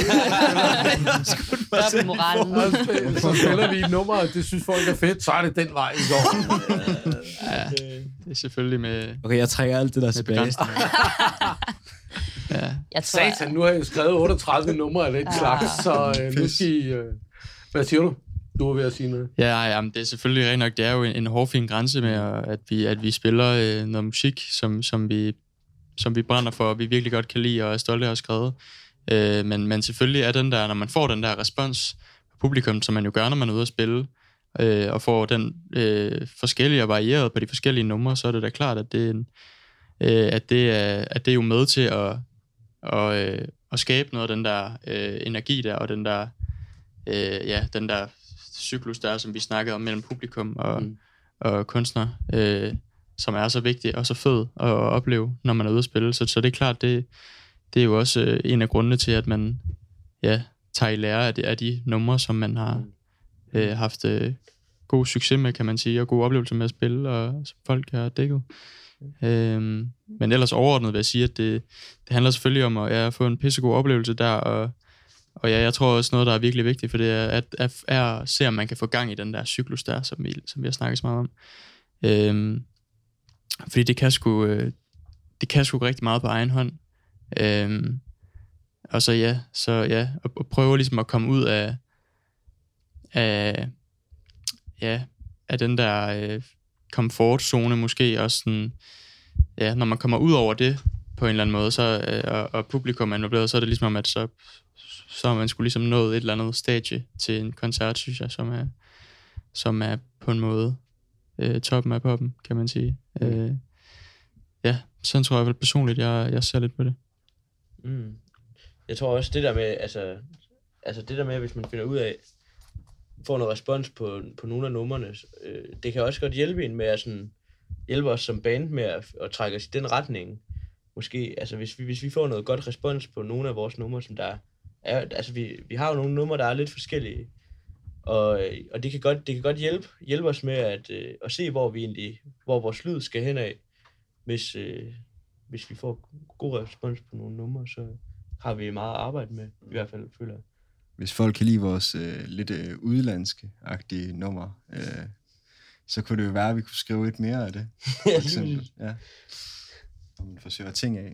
ud. Så spiller vi et nummer, og det synes folk er fedt, så er det den vej, I går. Ja, det er selvfølgelig med... Okay, jeg trækker alt det der tilbage. Ja. Jeg tror, Satan, nu har jeg skrevet 38 numre af den slags, så nu skal I... Hvad siger du? Du var ved at sige noget. Ja, jamen, det er selvfølgelig rent nok, det er jo en hårfin grænse med, at vi spiller noget musik, som vi brænder for, og vi virkelig godt kan lide og er stolte af at skrevet. Men selvfølgelig er den der, når man får den der respons på publikum, som man jo gør, når man er ude at spille, og får den forskellige og varieret på de forskellige numre, så er det da klart, at det er jo med til at skabe noget af den der energi der, og den der den der cyklus der, som vi snakkede om mellem publikum og kunstner, som er så vigtig og så fed at opleve, når man er ude at spille. Så det er klart, det er jo også en af grundene til, at man tager i lære af de numre, som man har haft god succes med, kan man sige, og gode oplevelser med at spille, og som folk har dækket. Men ellers overordnet vil jeg sige, at det handler selvfølgelig om at få en pissegod oplevelse der, og jeg tror også noget, der er virkelig vigtigt, for det er at se, om man kan få gang i den der cyklus der, som vi har snakket så meget om. Fordi det kan sgu rigtig meget på egen hånd. Og og prøve ligesom at komme ud af den der komfortzone måske også sådan, når man kommer ud over det på en eller anden måde, så, og publikum er involveret, så er det ligesom om, at så har man skulle ligesom nået et eller andet stadie til en koncert, synes jeg, som er på en måde toppen af poppen, kan man sige. Sådan tror jeg vel personligt, jeg ser lidt på det. Jeg tror også det der med, altså det der med, hvis man finder ud af, får noget respons på nogle af numrene, det kan også godt hjælpe en med at sådan, hjælpe os som band med at trække os i den retning. Måske, altså hvis vi får noget godt respons på nogle af vores numre, som der er, altså vi har jo nogle numre, der er lidt forskellige, og det kan godt hjælpe os med at se, hvor vores lyd skal hen af. Hvis vi får god respons på nogle numre, så har vi meget at arbejde med, i hvert fald føler jeg. Hvis folk kan lide vores lidt udlandske-agtige nummer, så kunne det jo være, at vi kunne skrive et mere af det. For eksempel. Ja. Og man forsøger ting af.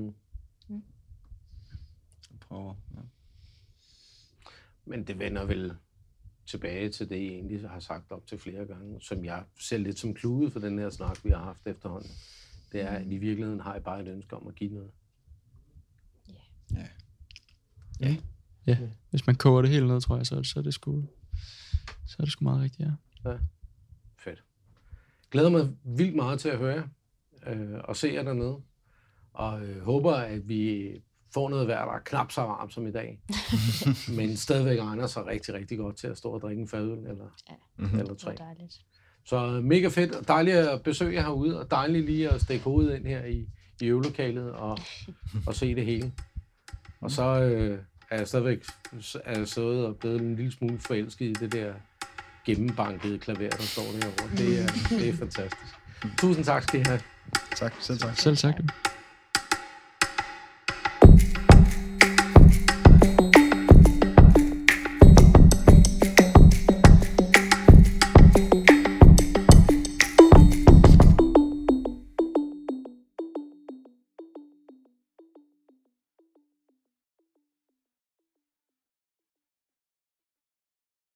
Prøver, ja. Men det vender vel tilbage til det, I egentlig har sagt op til flere gange, som jeg ser lidt som klude for den her snak, vi har haft efterhånden. Det er, at i virkeligheden har jeg bare et ønske om at give noget. Ja. ja, hvis man koger det helt ned, tror jeg, så er det sgu meget rigtigt, ja. Fedt. Glæder mig vildt meget til at høre jer og se jer dernede. Og håber, at vi får noget vejr, der er knap så varmt som i dag. Men stadigvæk regner sig rigtig, rigtig godt til at stå og drikke en fadøl eller 3. Dejligt. Så mega fedt. Dejligt at besøge jer herude, og dejligt lige at stikke hovedet ind her i øvelokalet og se det hele. Og så er jeg stadigvæk siddet og blevet en lille smule forelsket i det der gennembankede klaver, der står derovre. Det er fantastisk. Tusind tak skal I have. Tak, selv tak. Selv tak.